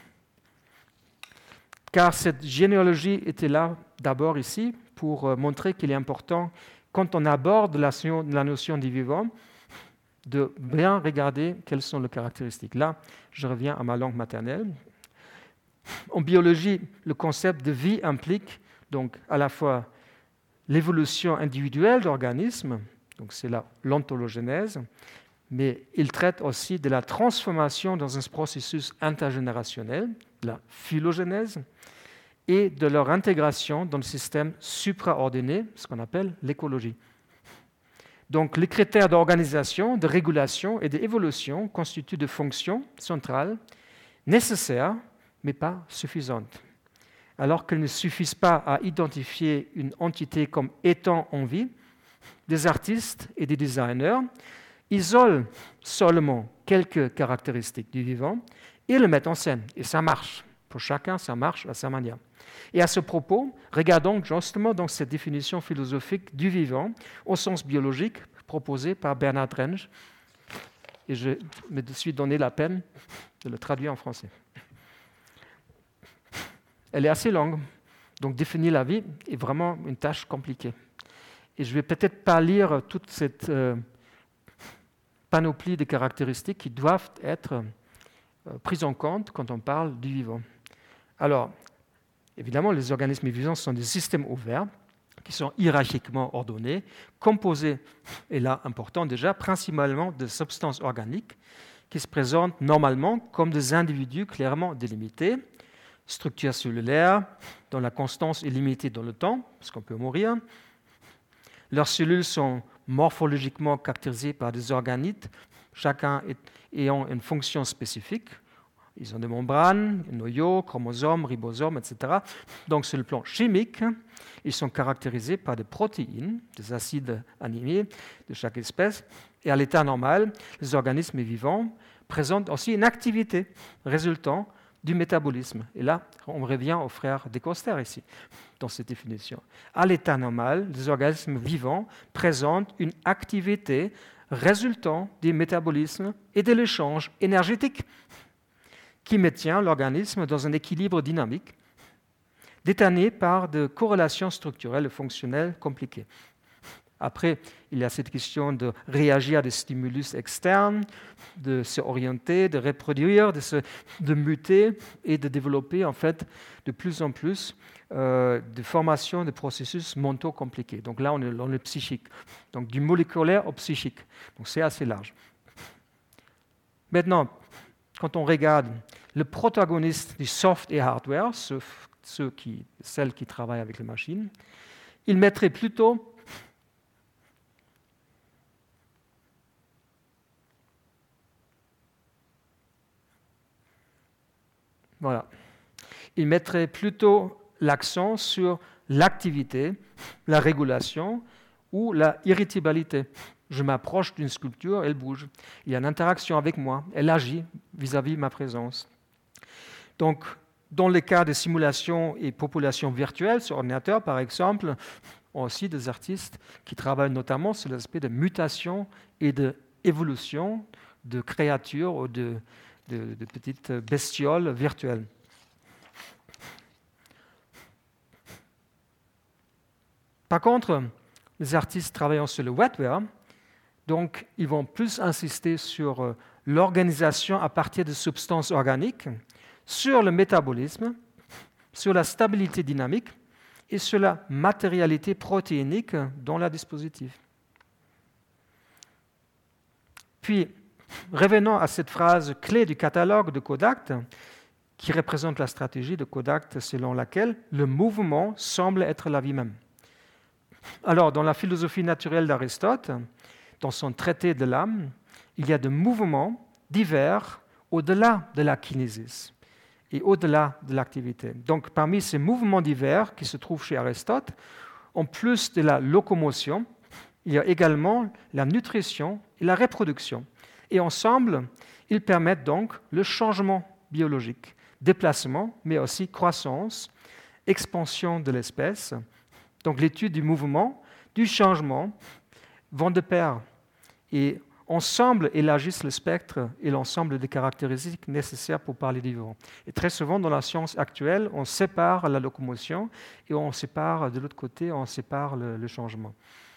S3: car cette généalogie était là d'abord ici pour montrer qu'il est important, quand on aborde la notion du vivant, de bien regarder quelles sont les caractéristiques. Là, je reviens à ma langue maternelle. En biologie, le concept de vie implique donc à la fois l'évolution individuelle d'organismes, donc c'est là l'ontologénèse, mais il traite aussi de la transformation dans un processus intergénérationnel, la phylogénèse, et de leur intégration dans le système supraordonné, ce qu'on appelle l'écologie. Donc, les critères d'organisation, de régulation et d'évolution constituent des fonctions centrales nécessaires, mais pas suffisantes. Alors qu'elles ne suffisent pas à identifier une entité comme étant en vie, des artistes et des designers isolent seulement quelques caractéristiques du vivant et le mettent en scène. Et ça marche. Pour chacun, ça marche à sa manière. Et à ce propos, regardons justement donc cette définition philosophique du vivant au sens biologique proposée par Bernard Rensch. Et je me suis donné la peine de le traduire en français. Elle est assez longue, donc définir la vie est vraiment une tâche compliquée. Et je ne vais peut-être pas lire toute cette euh, panoplie de caractéristiques qui doivent être euh, prises en compte quand on parle du vivant. Alors, évidemment, les organismes vivants sont des systèmes ouverts qui sont hiérarchiquement ordonnés, composés, et là important déjà, principalement de substances organiques qui se présentent normalement comme des individus clairement délimités, structure cellulaire dont la constance est limitée dans le temps, parce qu'on peut mourir. Leurs cellules sont morphologiquement caractérisées par des organites, chacun ayant une fonction spécifique. Ils ont des membranes, noyaux, chromosomes, ribosomes, et cetera. Donc, sur le plan chimique, ils sont caractérisés par des protéines, des acides aminés de chaque espèce. Et à l'état normal, les organismes vivants présentent aussi une activité résultant du métabolisme. Et là, on revient au frère Descoster ici, dans cette définition. À l'état normal, les organismes vivants présentent une activité résultant du métabolisme et de l'échange énergétique qui maintient l'organisme dans un équilibre dynamique, déterminé par des corrélations structurelles et fonctionnelles compliquées. Après, il y a cette question de réagir à des stimulus externes, de s'orienter, de reproduire, de, se, de muter et de développer en fait de plus en plus euh, de formation de processus mentaux compliqués. Donc là, on est dans le psychique, donc du moléculaire au psychique. Donc c'est assez large. Maintenant, quand on regarde le protagoniste du soft et hardware, ceux, ceux qui, celles qui travaillent avec les machines, il mettrait plutôt Voilà. Il mettrait plutôt l'accent sur l'activité, la régulation ou la irritabilité. Je m'approche d'une sculpture, elle bouge. Il y a une interaction avec moi, elle agit vis-à-vis de ma présence. Donc, dans les cas de simulation et population virtuelle sur ordinateur, par exemple, on a aussi des artistes qui travaillent notamment sur l'aspect de mutation et d'évolution de créatures ou de De, de petites bestioles virtuelles. Par contre, les artistes travaillant sur le wetware, donc, ils vont plus insister sur euh, l'organisation à partir de substances organiques, sur le métabolisme, sur la stabilité dynamique et sur la matérialité protéinique dans le dispositif. Puis, revenons à cette phrase clé du catalogue de Kodákt, qui représente la stratégie de Kodákt selon laquelle le mouvement semble être la vie même. Alors, dans la philosophie naturelle d'Aristote, dans son traité de l'âme, il y a des mouvements divers au-delà de la kinésis et au-delà de l'activité. Donc, parmi ces mouvements divers qui se trouvent chez Aristote, en plus de la locomotion, il y a également la nutrition et la reproduction. Et ensemble, ils permettent donc le changement biologique, déplacement, mais aussi croissance, expansion de l'espèce. Donc l'étude du mouvement, du changement, vont de pair et ensemble élargissent le spectre et l'ensemble des caractéristiques nécessaires pour parler du vivant. Et très souvent, dans la science actuelle, on sépare la locomotion et on sépare, de l'autre côté, on sépare le, le changement.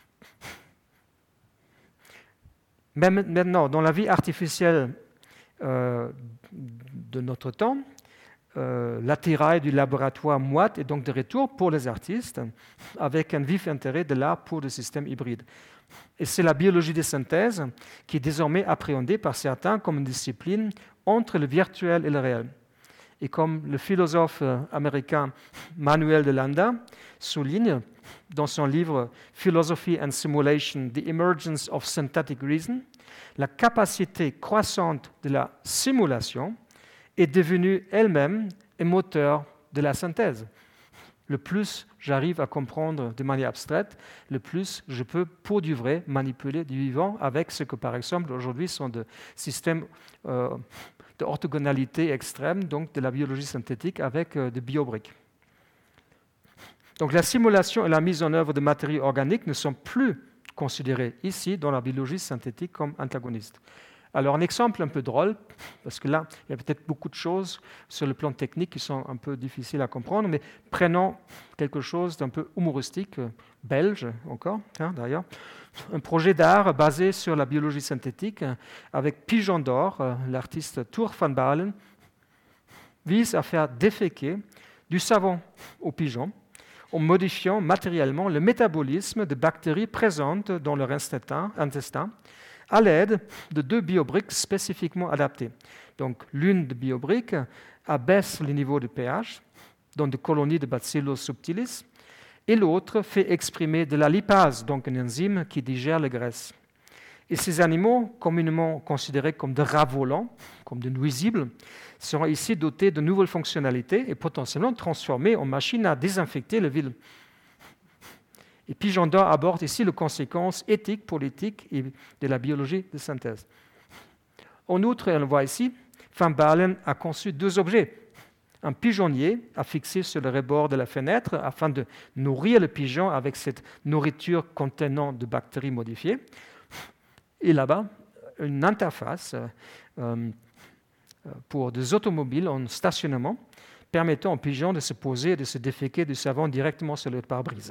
S3: Même maintenant, dans la vie artificielle euh, de notre temps, euh, l'attirail du laboratoire moite est donc de retour pour les artistes, avec un vif intérêt de l'art pour le système hybride. Et c'est la biologie de synthèse qui est désormais appréhendée par certains comme une discipline entre le virtuel et le réel. Et comme le philosophe américain Manuel de Landa souligne dans son livre Philosophy and Simulation, The Emergence of Synthetic Reason, la capacité croissante de la simulation est devenue elle-même un moteur de la synthèse. Le plus j'arrive à comprendre de manière abstraite, le plus je peux, pour du vrai, manipuler du vivant avec ce que, par exemple, aujourd'hui sont des systèmes euh, d'orthogonalité extrême, donc de la biologie synthétique avec euh, des biobriques. Donc la simulation et la mise en œuvre de matériaux organiques ne sont plus considérées ici, dans la biologie synthétique, comme antagonistes. Alors un exemple un peu drôle, parce que là, il y a peut-être beaucoup de choses sur le plan technique qui sont un peu difficiles à comprendre, mais prenons quelque chose d'un peu humoristique, belge encore, hein, d'ailleurs, un projet d'art basé sur la biologie synthétique avec Pigeon d'or, l'artiste Tour van Baarle, vise à faire déféquer du savon aux pigeons en modifiant matériellement le métabolisme de bactéries présentes dans leur intestin, à l'aide de deux biobriques spécifiquement adaptées. Donc, l'une des biobriques abaisse le niveau de pH dans des colonies de Bacillus subtilis et l'autre fait exprimer de la lipase, donc une enzyme qui digère les graisses. Et ces animaux, communément considérés comme des rats volants, comme des nuisibles, seront ici dotés de nouvelles fonctionnalités et potentiellement transformés en machines à désinfecter les villes. Et Pigeon d'or aborde ici les conséquences éthiques, politiques et de la biologie de synthèse. En outre, on le voit ici, Van Baarle a conçu deux objets. Un pigeonnier affixé sur le rebord de la fenêtre afin de nourrir le pigeon avec cette nourriture contenant de bactéries modifiées. Et là-bas, une interface euh, pour des automobiles en stationnement permettant aux pigeons de se poser et de se déféquer du savon directement sur le pare-brise.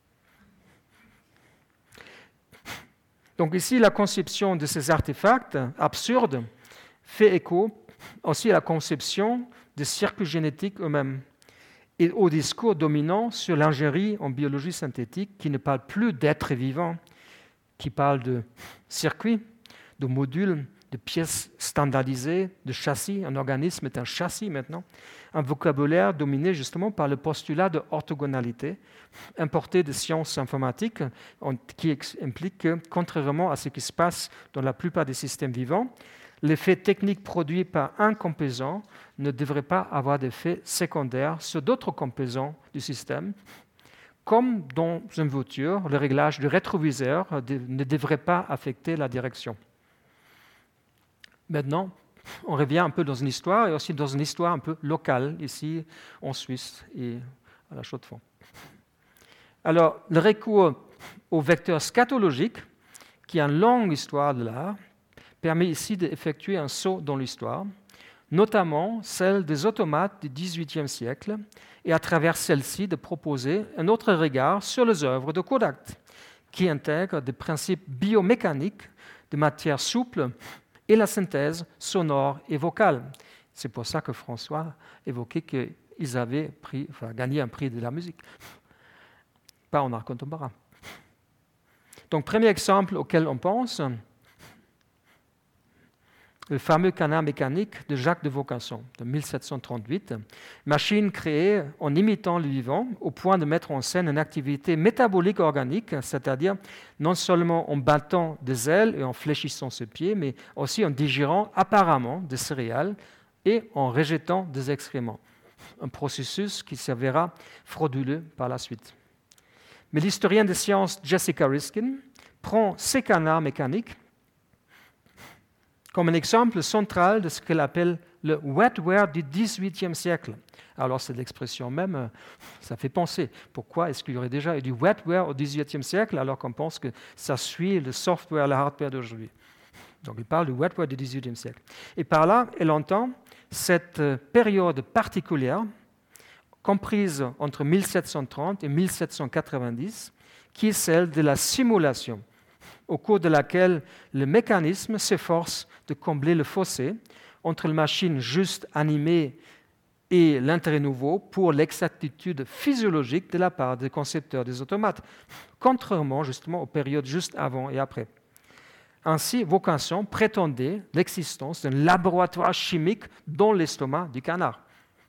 S3: Donc ici, la conception de ces artefacts absurdes fait écho aussi à la conception des circuits génétiques eux-mêmes et au discours dominant sur l'ingénierie en biologie synthétique qui ne parle plus d'êtres vivants, qui parle de circuits, de modules, de pièces standardisées, de châssis. Un organisme est un châssis maintenant. Un vocabulaire dominé justement par le postulat de orthogonalité, importé des sciences informatiques, qui implique que, contrairement à ce qui se passe dans la plupart des systèmes vivants, l'effet technique produit par un composant ne devrait pas avoir d'effet secondaire sur d'autres composants du système. Comme dans une voiture, le réglage du rétroviseur ne devrait pas affecter la direction. Maintenant, on revient un peu dans une histoire et aussi dans une histoire un peu locale, ici en Suisse et à la Chaux-de-Fonds. Alors, le recours au vecteur scatologique, qui a une longue histoire de l'art, permet ici d'effectuer un saut dans l'histoire, notamment celle des automates du dix-huitième siècle, et à travers celle-ci de proposer un autre regard sur les œuvres de Kodak, qui intègrent des principes biomécaniques de matière souple et la synthèse sonore et vocale. C'est pour ça que François évoquait qu'ils avaient pris, enfin, gagné un prix de la musique, pas en art contemporain. Donc, premier exemple auquel on pense, le fameux canard mécanique de Jacques de Vaucanson, de mille sept cent trente-huit, machine créée en imitant le vivant au point de mettre en scène une activité métabolique organique, c'est-à-dire non seulement en battant des ailes et en fléchissant ses pieds, mais aussi en digérant apparemment des céréales et en rejetant des excréments. Un processus qui s'avérera frauduleux par la suite. Mais l'historienne des sciences Jessica Riskin prend ces canards mécaniques comme un exemple central de ce qu'elle appelle le wetware du dix-huitième siècle. Alors, c'est l'expression même, ça fait penser. Pourquoi est-ce qu'il y aurait déjà eu du wetware au dix-huitième siècle alors qu'on pense que ça suit le software, le hardware d'aujourd'hui? Donc, il parle du wetware du dix-huitième siècle. Et par là, elle entend cette période particulière, comprise entre mille sept cent trente et mille sept cent quatre-vingt-dix, qui est celle de la simulation, au cours de laquelle le mécanisme s'efforce de combler le fossé entre la machine juste animée et l'intérêt nouveau pour l'exactitude physiologique de la part des concepteurs des automates, contrairement justement aux périodes juste avant et après. Ainsi, Vaucanson prétendait l'existence d'un laboratoire chimique dans l'estomac du canard.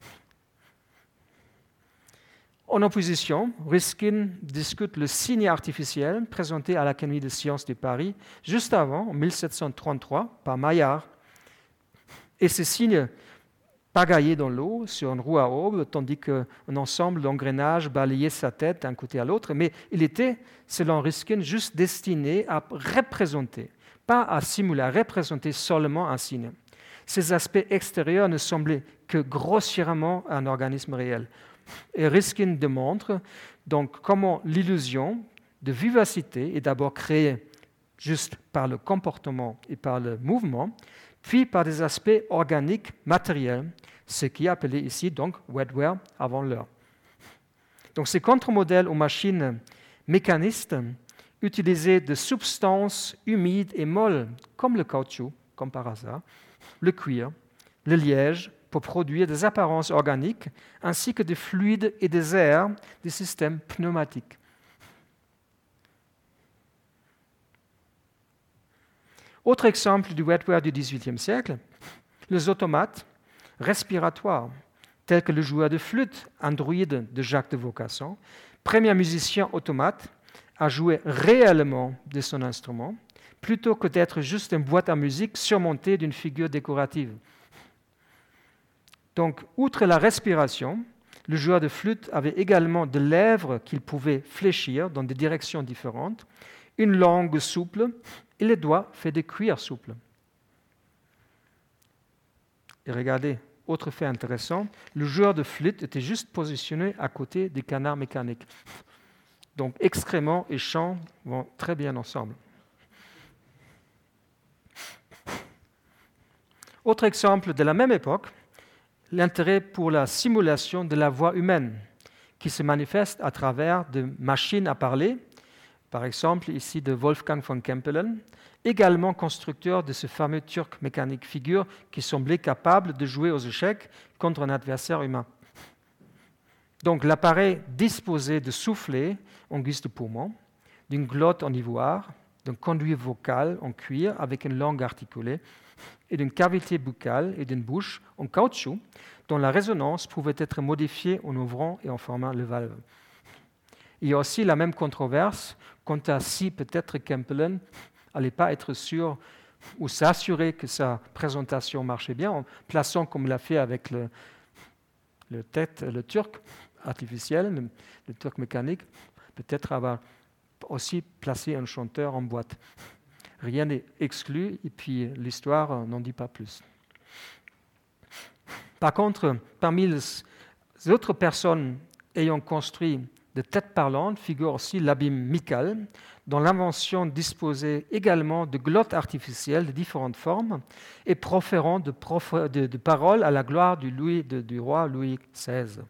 S3: En opposition, Ruskin discute le signe artificiel présenté à l'Académie des sciences de Paris juste avant, en mille sept cent trente-trois, par Maillard. Et ce signe pagaillait dans l'eau sur une roue à aubes, tandis qu'un ensemble d'engrenages balayait sa tête d'un côté à l'autre. Mais il était, selon Ruskin, juste destiné à représenter, pas à simuler, à représenter seulement un signe. Ces aspects extérieurs ne semblaient que grossièrement un organisme réel. Et Ruskin démontre donc comment l'illusion de vivacité est d'abord créée juste par le comportement et par le mouvement, puis par des aspects organiques matériels, ce qui est appelé ici donc wetware avant l'heure. Donc ces contre-modèles aux machines mécanistes utilisaient des substances humides et molles, comme le caoutchouc, comme par hasard, le cuir, le liège, pour produire des apparences organiques, ainsi que des fluides et des airs des systèmes pneumatiques. Autre exemple du wetware du dix-huitième siècle, les automates respiratoires, tels que le joueur de flûte androïde de Jacques de Vaucanson, premier musicien automate à jouer réellement de son instrument, plutôt que d'être juste une boîte à musique surmontée d'une figure décorative. Donc, outre la respiration, le joueur de flûte avait également des lèvres qu'il pouvait fléchir dans des directions différentes, une langue souple et les doigts faits de cuir souple. Et regardez, autre fait intéressant, le joueur de flûte était juste positionné à côté des canards mécaniques. Donc, excréments et chant vont très bien ensemble. Autre exemple de la même époque, l'intérêt pour la simulation de la voix humaine, qui se manifeste à travers des machines à parler, par exemple ici de Wolfgang von Kempelen, également constructeur de ce fameux Turc mécanique figure qui semblait capable de jouer aux échecs contre un adversaire humain. Donc l'appareil disposait de soufflets en guise de poumon, d'une glotte en ivoire, d'un conduit vocal en cuir avec une langue articulée, et d'une cavité buccale et d'une bouche en caoutchouc dont la résonance pouvait être modifiée en ouvrant et en formant le valve. Il y a aussi la même controverse quant à si peut-être Kempelen n'allait pas être sûr ou s'assurer que sa présentation marchait bien en plaçant, comme il l'a fait avec le, le, tête, le turc artificiel, le, le turc mécanique, peut-être avoir aussi placé un chanteur en boîte. Rien n'est exclu, et puis l'histoire n'en dit pas plus. Par contre, parmi les autres personnes ayant construit des têtes parlantes figure aussi l'abbé Michal, dont l'invention disposait également de glottes artificielles de différentes formes et proférant de, prof... de, de paroles à la gloire du, Louis, de, du roi Louis seize.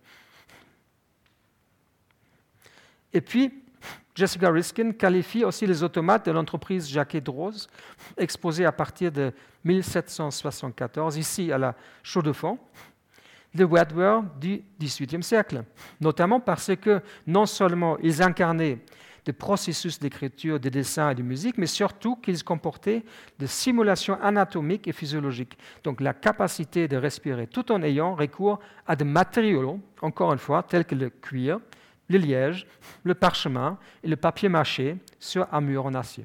S3: Et puis, Jessica Ruskin qualifie aussi les automates de l'entreprise Jacquet-Droz, exposée à partir de mille sept cent soixante-quatorze, ici à la Chaux-de-Fonds, de wetware du dix-huitième siècle, notamment parce que non seulement ils incarnaient des processus d'écriture, de dessin et de musique, mais surtout qu'ils comportaient des simulations anatomiques et physiologiques, donc la capacité de respirer tout en ayant recours à des matériaux, encore une fois, tels que le cuir, le liège, le parchemin et le papier mâché sur armure en acier.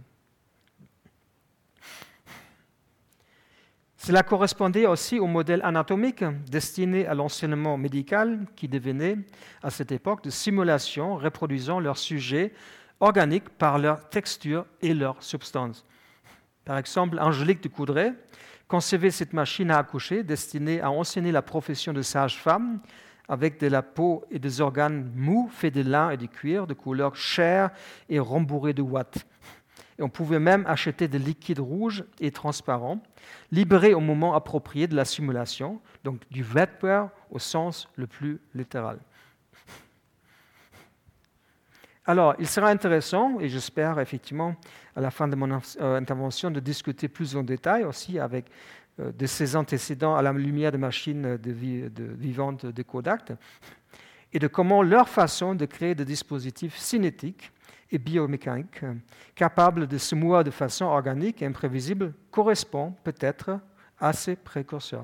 S3: Cela correspondait aussi au modèle anatomique destiné à l'enseignement médical qui devenait, à cette époque, de simulations reproduisant leurs sujets organiques par leur texture et leur substance. Par exemple, Angélique de Coudray concevait cette machine à accoucher destinée à enseigner la profession de sage-femme avec de la peau et des organes mous faits de lin et de cuir de couleur chair et rembourrés de ouate. Et on pouvait même acheter des liquides rouges et transparents, libérés au moment approprié de la simulation, donc du wetware au sens le plus littéral. Alors, il sera intéressant, et j'espère effectivement à la fin de mon euh, intervention, de discuter plus en détail aussi avec euh, de ses antécédents à la lumière des machines de vie, de, vivantes de Kodak, et de comment leur façon de créer des dispositifs cinétiques et biomécaniques capables de se mouvoir de façon organique et imprévisible correspond peut-être à ces précurseurs.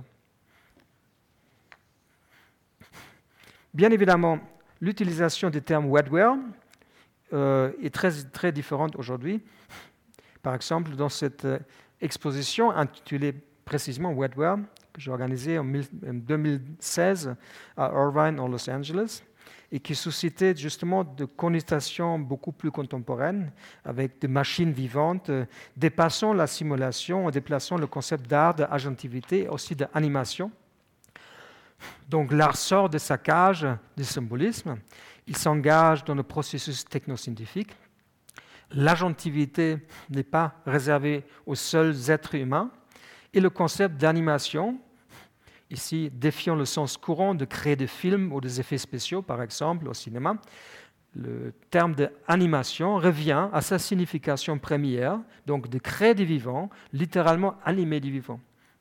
S3: Bien évidemment, l'utilisation du terme wetware euh, est très, très différente aujourd'hui. Par exemple, dans cette euh, exposition intitulée précisément Wetware, que j'ai organisée en, en deux mille seize à Irvine, en Los Angeles, et qui suscitait justement de connotations beaucoup plus contemporaines, avec des machines vivantes, euh, dépassant la simulation, déplaçant le concept d'art, d'agentivité, aussi d'animation. Donc l'art sort de sa cage du symbolisme, il s'engage dans le processus technoscientifique. L'agentivité n'est pas réservée aux seuls êtres humains, et le concept d'animation, ici défiant le sens courant de créer des films ou des effets spéciaux, par exemple, au cinéma, le terme d'animation revient à sa signification première, donc de créer du vivant, littéralement animer du vivant.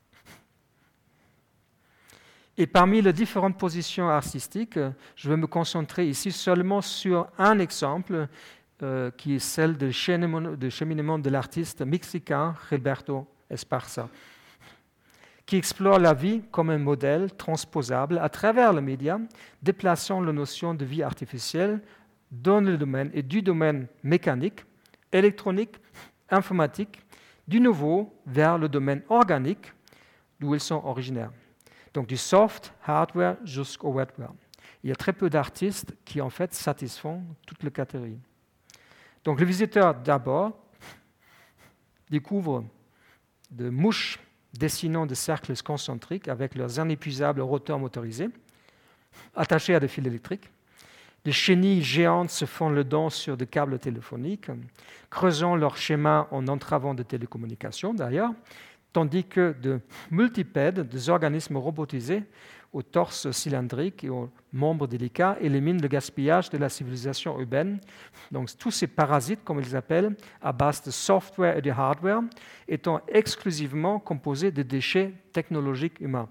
S3: Et parmi les différentes positions artistiques, je vais me concentrer ici seulement sur un exemple, euh, qui est celle de cheminement de l'artiste mexicain Gilberto Esparza, qui explore la vie comme un modèle transposable à travers le média, déplaçant la notion de vie artificielle dans le domaine et du domaine mécanique, électronique, informatique, du nouveau vers le domaine organique d'où ils sont originaires. Donc du soft hardware jusqu'au wetware. Il y a très peu d'artistes qui en fait satisfont toutes les catégories. Donc le visiteur d'abord découvre des mouches dessinant des cercles concentriques avec leurs inépuisables roteurs motorisés attachés à des fils électriques. Des chenilles géantes se font le dent sur des câbles téléphoniques, creusant leur schéma en entravant des télécommunications d'ailleurs, tandis que de multipèdes, des organismes robotisés au torse cylindrique et aux membres délicats, éliminent le gaspillage de la civilisation urbaine. Donc tous ces parasites, comme ils les appellent, à base de software et de hardware, étant exclusivement composés de déchets technologiques humains.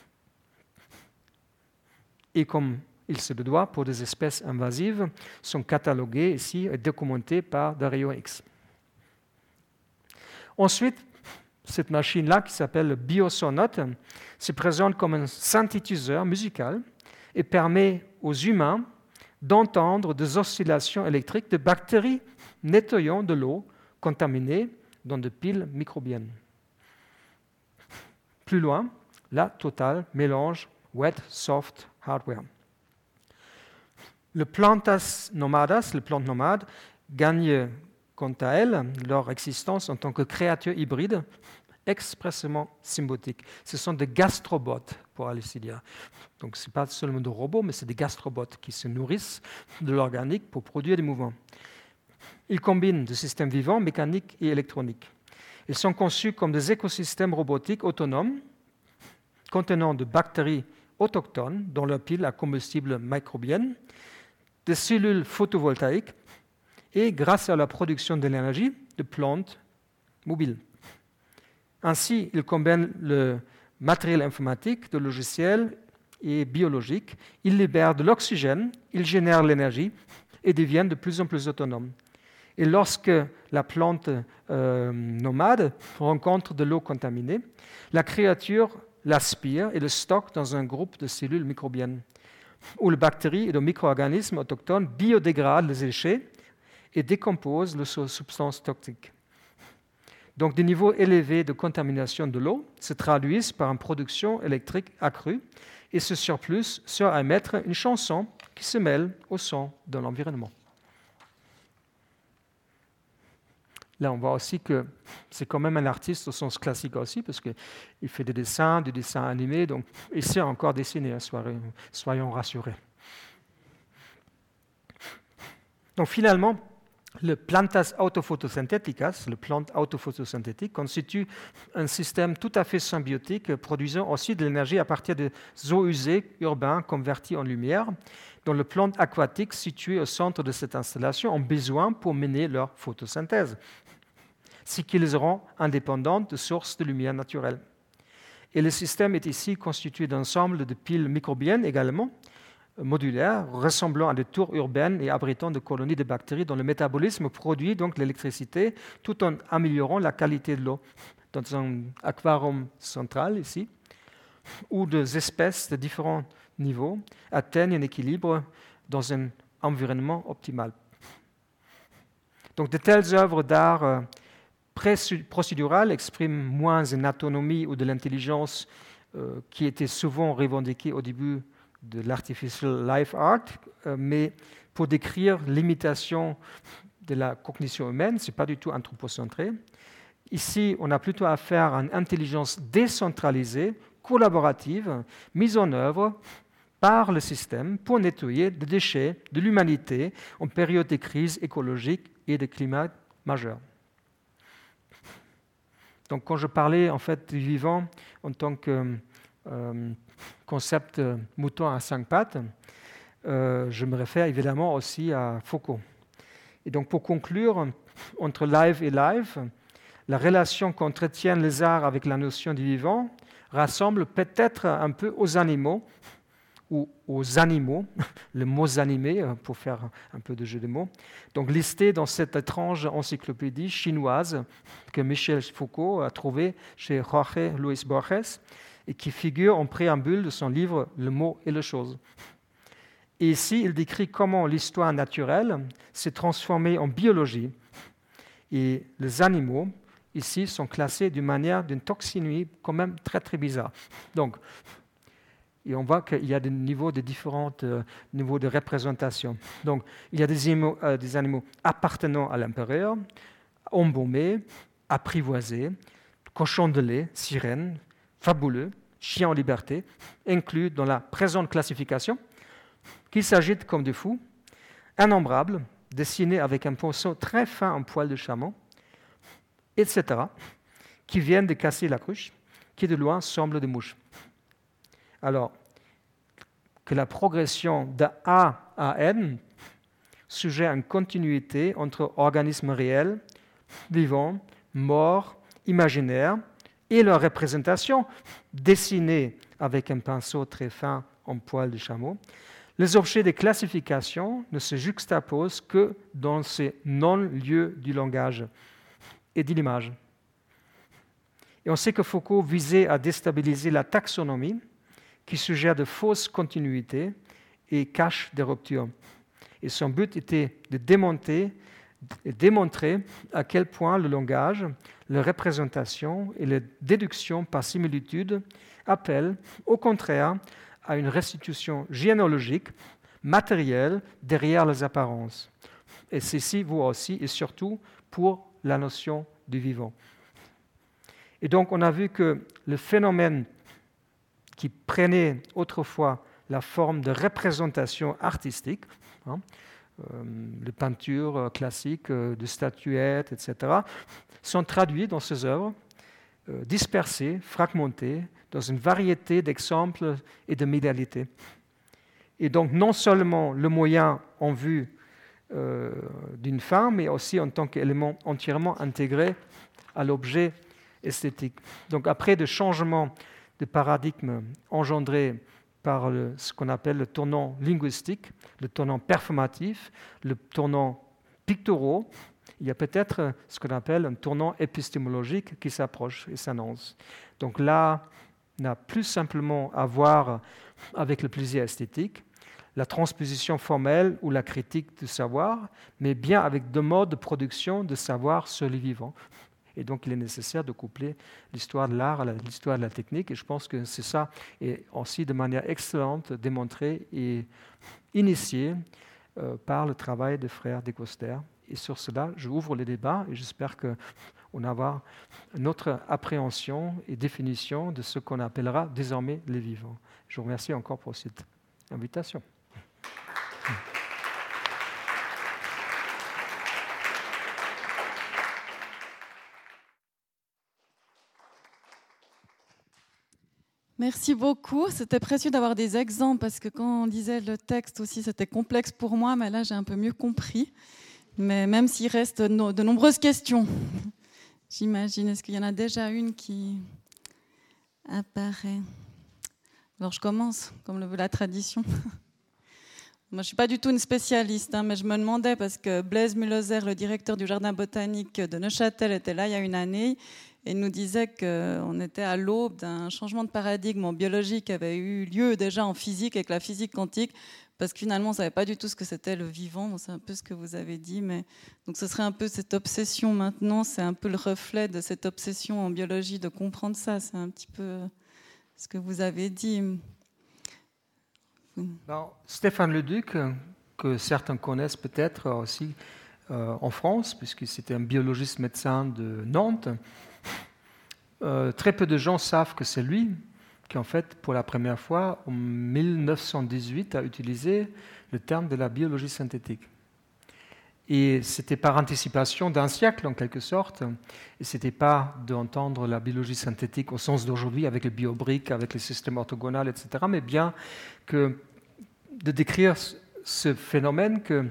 S3: Et comme il se doit pour des espèces invasives, sont catalogués ici et documentés par des rayons X. Ensuite, cette machine-là, qui s'appelle le Biosonote, se présente comme un synthétiseur musical et permet aux humains d'entendre des oscillations électriques de bactéries nettoyant de l'eau contaminée dans des piles microbiennes. Plus loin, la totale mélange wet-soft hardware. Le plantas nomadas, les plantes nomades, gagnent quant à elles leur existence en tant que créatures hybrides expressément symbiotiques. Ce sont des gastrobots, pour ainsi dire. Donc ce n'est pas seulement des robots, mais c'est des gastrobots qui se nourrissent de l'organique pour produire des mouvements. Ils combinent des systèmes vivants, mécaniques et électroniques. Ils sont conçus comme des écosystèmes robotiques autonomes contenant des bactéries autochtones dans leur pile à combustible microbienne, des cellules photovoltaïques et, grâce à la production de l'énergie, de plantes mobiles. Ainsi, ils combinent le matériel informatique, de logiciels et biologiques, ils libèrent de l'oxygène, ils génèrent l'énergie et deviennent de plus en plus autonomes. Et lorsque la plante euh, nomade rencontre de l'eau contaminée, la créature l'aspire et le stocke dans un groupe de cellules microbiennes, où les bactéries et les micro-organismes autochtones biodégradent les déchets et décomposent les substances toxiques. Donc, des niveaux élevés de contamination de l'eau se traduisent par une production électrique accrue, et ce surplus sert à émettre une chanson qui se mêle au son de l'environnement. Là, on voit aussi que c'est quand même un artiste au sens classique aussi, parce qu'il fait des dessins, des dessins animés, donc il sait encore dessiner, soyons, soyons rassurés. Donc finalement, le Plantas autophotosyntheticas, le plante autophotosynthétique, constitue un système tout à fait symbiotique, produisant aussi de l'énergie à partir des eaux usées urbains converties en lumière, dont les plantes aquatiques situées au centre de cette installation ont besoin pour mener leur photosynthèse, ce qui les rend indépendantes de sources de lumière naturelle. Et le système est ici constitué d'ensemble de piles microbiennes également, modulaires, ressemblant à des tours urbaines et abritant des colonies de bactéries dont le métabolisme produit donc l'électricité tout en améliorant la qualité de l'eau. Dans un aquarium central ici, où des espèces de différents niveaux atteignent un équilibre dans un environnement optimal. Donc de telles œuvres d'art procédurales expriment moins une autonomie ou de l'intelligence euh, qui était souvent revendiquée au début de l'artificial life art, euh, mais pour décrire l'imitation de la cognition humaine, ce n'est pas du tout anthropocentré. Ici, on a plutôt affaire à une intelligence décentralisée, collaborative, mise en œuvre par le système pour nettoyer des déchets de l'humanité en période de crise écologique et de climat majeur. Donc, quand je parlais en fait du vivant en tant que euh, concept euh, mouton à cinq pattes, euh, je me réfère évidemment aussi à Foucault. Et donc, pour conclure, entre live et live, la relation qu'entretiennent les arts avec la notion du vivant rassemble peut-être un peu aux animaux, ou aux animaux, le mot animé, pour faire un peu de jeu de mots, donc listé dans cette étrange encyclopédie chinoise que Michel Foucault a trouvée chez Jorge Luis Borges et qui figure en préambule de son livre « Le mot et les choses ». Et ici, il décrit comment l'histoire naturelle s'est transformée en biologie et les animaux, ici, sont classés d'une manière d'une toxicomanie quand même très très bizarre. Donc, et on voit qu'il y a des niveaux de différents euh, niveaux de représentation. Donc, il y a des animaux, euh, des animaux appartenant à l'empereur, embaumés, apprivoisés, cochons de lait, sirènes, fabuleux, chiens en liberté, inclus dans la présente classification, qui s'agitent comme des fous, innombrables, dessinés avec un pinceau très fin en poil de chameau, et cetera, qui viennent de casser la cruche, qui de loin semblent des mouches. Alors, que la progression de A à N suggère une continuité entre organismes réels, vivants, morts, imaginaires, et leur représentation dessinée avec un pinceau très fin en poil de chameau, les objets de classification ne se juxtaposent que dans ces non-lieux du langage et de l'image. Et on sait que Foucault visait à déstabiliser la taxonomie qui suggère de fausses continuités et cache des ruptures. Et son but était de démonter et démontrer à quel point le langage, la représentation et la déduction par similitude appellent, au contraire, à une restitution généalogique, matérielle, derrière les apparences. Et ceci vaut aussi et surtout pour la notion du vivant. Et donc, on a vu que le phénomène qui prenait autrefois la forme de représentation artistique, hein, euh, les peintures classiques, euh, de statuettes, et cetera, sont traduits dans ces œuvres, euh, dispersées, fragmentées, dans une variété d'exemples et de modalités. Et donc, non seulement le moyen en vue euh, d'une fin, mais aussi en tant qu'élément entièrement intégré à l'objet esthétique. Donc, après des changements de paradigme engendré par le, ce qu'on appelle le tournant linguistique, le tournant performatif, le tournant picturaux, il y a peut-être ce qu'on appelle un tournant épistémologique qui s'approche et s'annonce. Donc là, n'a plus simplement à voir avec le plaisir esthétique, la transposition formelle ou la critique du savoir, mais bien avec deux modes de production de savoir sur les vivants. Et donc, il est nécessaire de coupler l'histoire de l'art à l'histoire de la technique. Et je pense que c'est ça, et aussi de manière excellente démontré et initié euh, par le travail des frères Descoster Et sur cela, j'ouvre le débat et j'espère qu'on aura une autre appréhension et définition de ce qu'on appellera désormais les vivants. Je vous remercie encore pour cette invitation.
S1: Merci beaucoup. C'était précieux d'avoir des exemples parce que quand on lisait le texte aussi, c'était complexe pour moi, mais là, j'ai un peu mieux compris. Mais même s'il reste de nombreuses questions, j'imagine. Est-ce qu'il y en a déjà une qui apparaît? Alors, je commence, comme le veut la tradition. Moi, je ne suis pas du tout une spécialiste, hein, mais je me demandais, parce que Blaise Mulhoser, le directeur du jardin botanique de Neuchâtel, était là il y a une année et nous disait qu'on était à l'aube d'un changement de paradigme en biologie qui avait eu lieu déjà en physique avec la physique quantique, parce que finalement, on ne savait pas du tout ce que c'était le vivant. Bon, c'est un peu ce que vous avez dit, mais donc ce serait un peu cette obsession maintenant, c'est un peu le reflet de cette obsession en biologie de comprendre ça. C'est un petit peu ce que vous avez dit.
S3: Alors, Stéphane Leduc, que certains connaissent peut-être aussi euh, en France, puisque c'était un biologiste médecin de Nantes, euh, très peu de gens savent que c'est lui qui, en fait, pour la première fois, en mille neuf cent dix-huit, a utilisé le terme de la biologie synthétique. Et c'était par anticipation d'un siècle, en quelque sorte. Et ce n'était pas d'entendre la biologie synthétique au sens d'aujourd'hui, avec les biobriques, avec les systèmes orthogonaux, et cetera, mais bien que de décrire ce phénomène que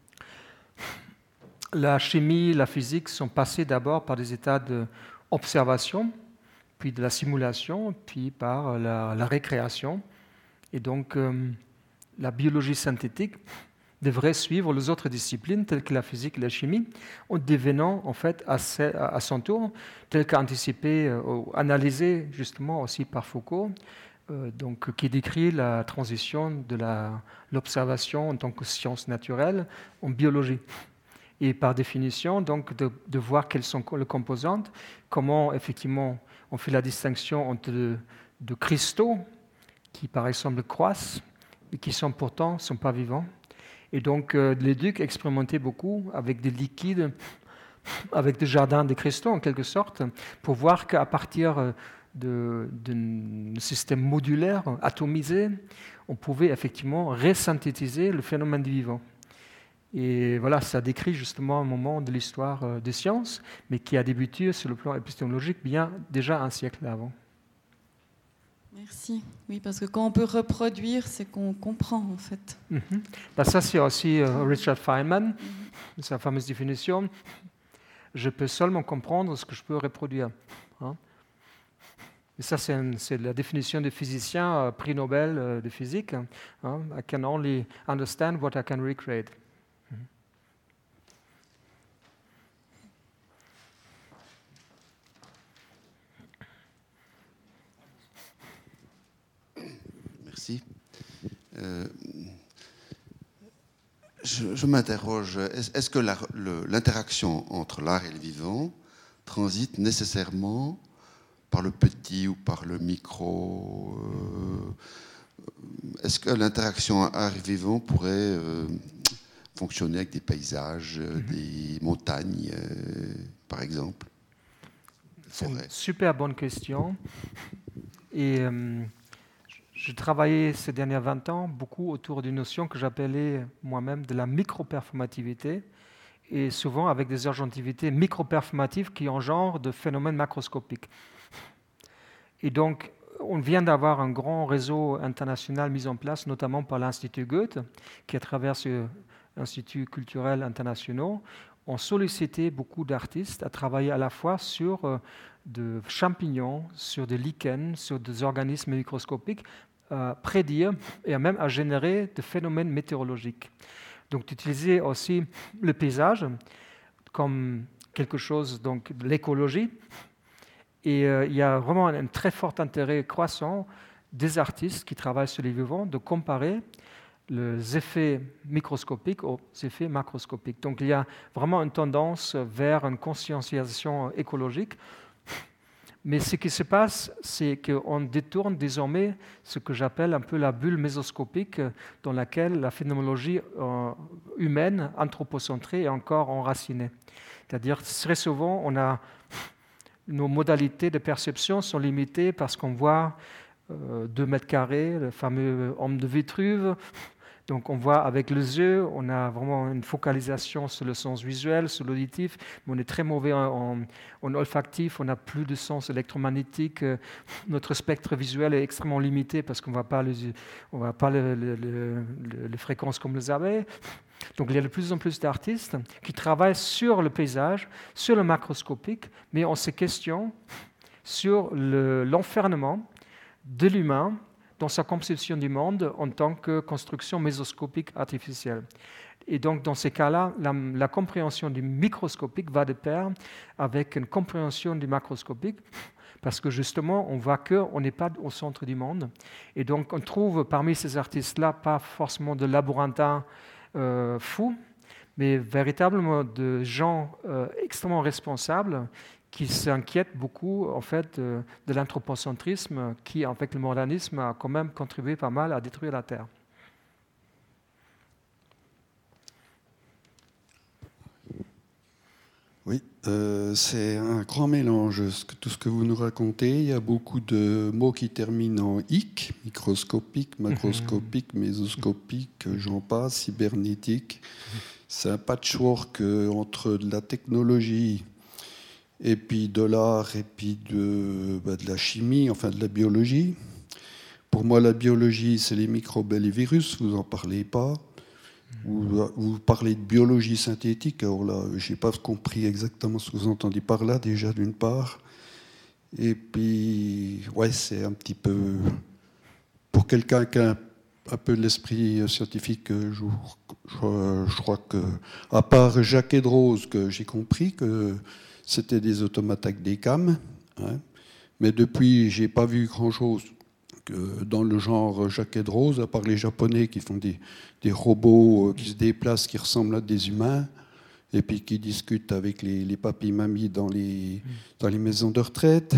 S3: la chimie, la physique sont passées d'abord par des états d'observation, puis de la simulation, puis par la, la récréation. Et donc, euh, la biologie synthétique devrait suivre les autres disciplines, telles que la physique et la chimie, en devenant, en fait, à, à son tour, tel qu'anticipé, euh, analysé justement aussi par Foucault, euh, donc, qui décrit la transition de la, l'observation en tant que science naturelle en biologie. Et par définition, donc, de, de voir quelles sont les composantes, comment effectivement on fait la distinction entre de, de cristaux qui, par exemple, croissent et qui sont pourtant ne sont pas vivants. Et donc, euh, Leduc expérimentait beaucoup avec des liquides, avec des jardins de cristaux en quelque sorte, pour voir qu'à partir de, d'un système modulaire, atomisé, on pouvait effectivement resynthétiser le phénomène du vivant. Et voilà, ça décrit justement un moment de l'histoire des sciences, mais qui a débuté sur le plan épistémologique bien déjà un siècle avant.
S1: Merci. Oui, parce que quand on peut reproduire, c'est qu'on comprend en fait.
S3: Mm-hmm. Ben, ça, c'est aussi uh, Richard Feynman, mm-hmm. sa fameuse définition. Je peux seulement comprendre ce que je peux reproduire. Hein? Et ça, c'est, un, c'est la définition des physiciens, uh, prix Nobel uh, de physique. Hein? I can only understand what I can recreate.
S4: Merci. Euh, je, je m'interroge, est-ce, est-ce que la, le, l'interaction entre l'art et le vivant transite nécessairement par le petit ou par le micro euh, Est-ce que l'interaction art-vivant pourrait euh, fonctionner avec des paysages, euh, mm-hmm. des montagnes, euh, par exemple?
S3: C'est une super bonne question. Et... Euh, J'ai travaillé ces derniers vingt ans beaucoup autour d'une notion que j'appelais moi-même de la micro-performativité, et souvent avec des agentivités micro-performatives qui engendrent de phénomènes macroscopiques. Et donc, on vient d'avoir un grand réseau international mis en place, notamment par l'Institut Goethe, qui, à travers ce Institut culturel international, ont sollicité beaucoup d'artistes à travailler à la fois sur euh, de champignons, sur des lichens, sur des organismes microscopiques, à prédire et même à générer des phénomènes météorologiques. Donc, d'utiliser aussi le paysage comme quelque chose, donc de l'écologie. Et euh, il y a vraiment un, un très fort intérêt croissant des artistes qui travaillent sur les vivants de comparer les effets microscopiques aux effets macroscopiques. Donc, il y a vraiment une tendance vers une conscientisation écologique. Mais ce qui se passe, c'est qu'on détourne désormais ce que j'appelle un peu la bulle mésoscopique dans laquelle la phénoménologie euh, humaine, anthropocentrée, est encore enracinée. C'est-à-dire, très souvent, on a, nos modalités de perception sont limitées parce qu'on voit euh, deux mètres carrés, le fameux homme de Vitruve. Donc on voit avec les yeux, on a vraiment une focalisation sur le sens visuel, sur l'auditif, mais on est très mauvais en, en olfactif, on n'a plus de sens électromagnétique, notre spectre visuel est extrêmement limité parce qu'on ne voit pas les, on voit pas le, le, le, le, les fréquences comme les abeilles. Donc il y a de plus en plus d'artistes qui travaillent sur le paysage, sur le macroscopique, mais on se questionne sur le, l'enfermement de l'humain dans sa conception du monde en tant que construction mésoscopique artificielle. Et donc, dans ces cas-là, la, la compréhension du microscopique va de pair avec une compréhension du macroscopique, parce que justement, on voit qu'on n'est pas au centre du monde. Et donc, on trouve parmi ces artistes-là pas forcément de laborantins euh, fous, mais véritablement de gens euh, extrêmement responsables qui s'inquiètent beaucoup en fait, de, de l'anthropocentrisme qui, avec le modernisme, a quand même contribué pas mal à détruire la Terre.
S5: Oui, euh, c'est un grand mélange, tout ce que vous nous racontez. Il y a beaucoup de mots qui terminent en « ic », microscopique, macroscopique, mésoscopique, j'en passe, cybernétique. C'est un patchwork entre de la technologie et puis de l'art, et puis de, bah, de la chimie, enfin de la biologie. Pour moi, la biologie, c'est les microbes et les virus, vous n'en parlez pas. Vous, vous parlez de biologie synthétique, alors là, je n'ai pas compris exactement ce que vous entendez par là, déjà, d'une part. Et puis, ouais, c'est un petit peu... Pour quelqu'un qui a un peu de l'esprit scientifique, je, je, je crois que, à part Jacques Edrose, que j'ai compris que c'était des automates avec des cams, hein. Mais depuis, je n'ai pas vu grand-chose que dans le genre Jacques Edrose, à part les Japonais qui font des, des robots qui se déplacent, qui ressemblent à des humains, et puis qui discutent avec les, les papis-mamies dans les, dans les maisons de retraite.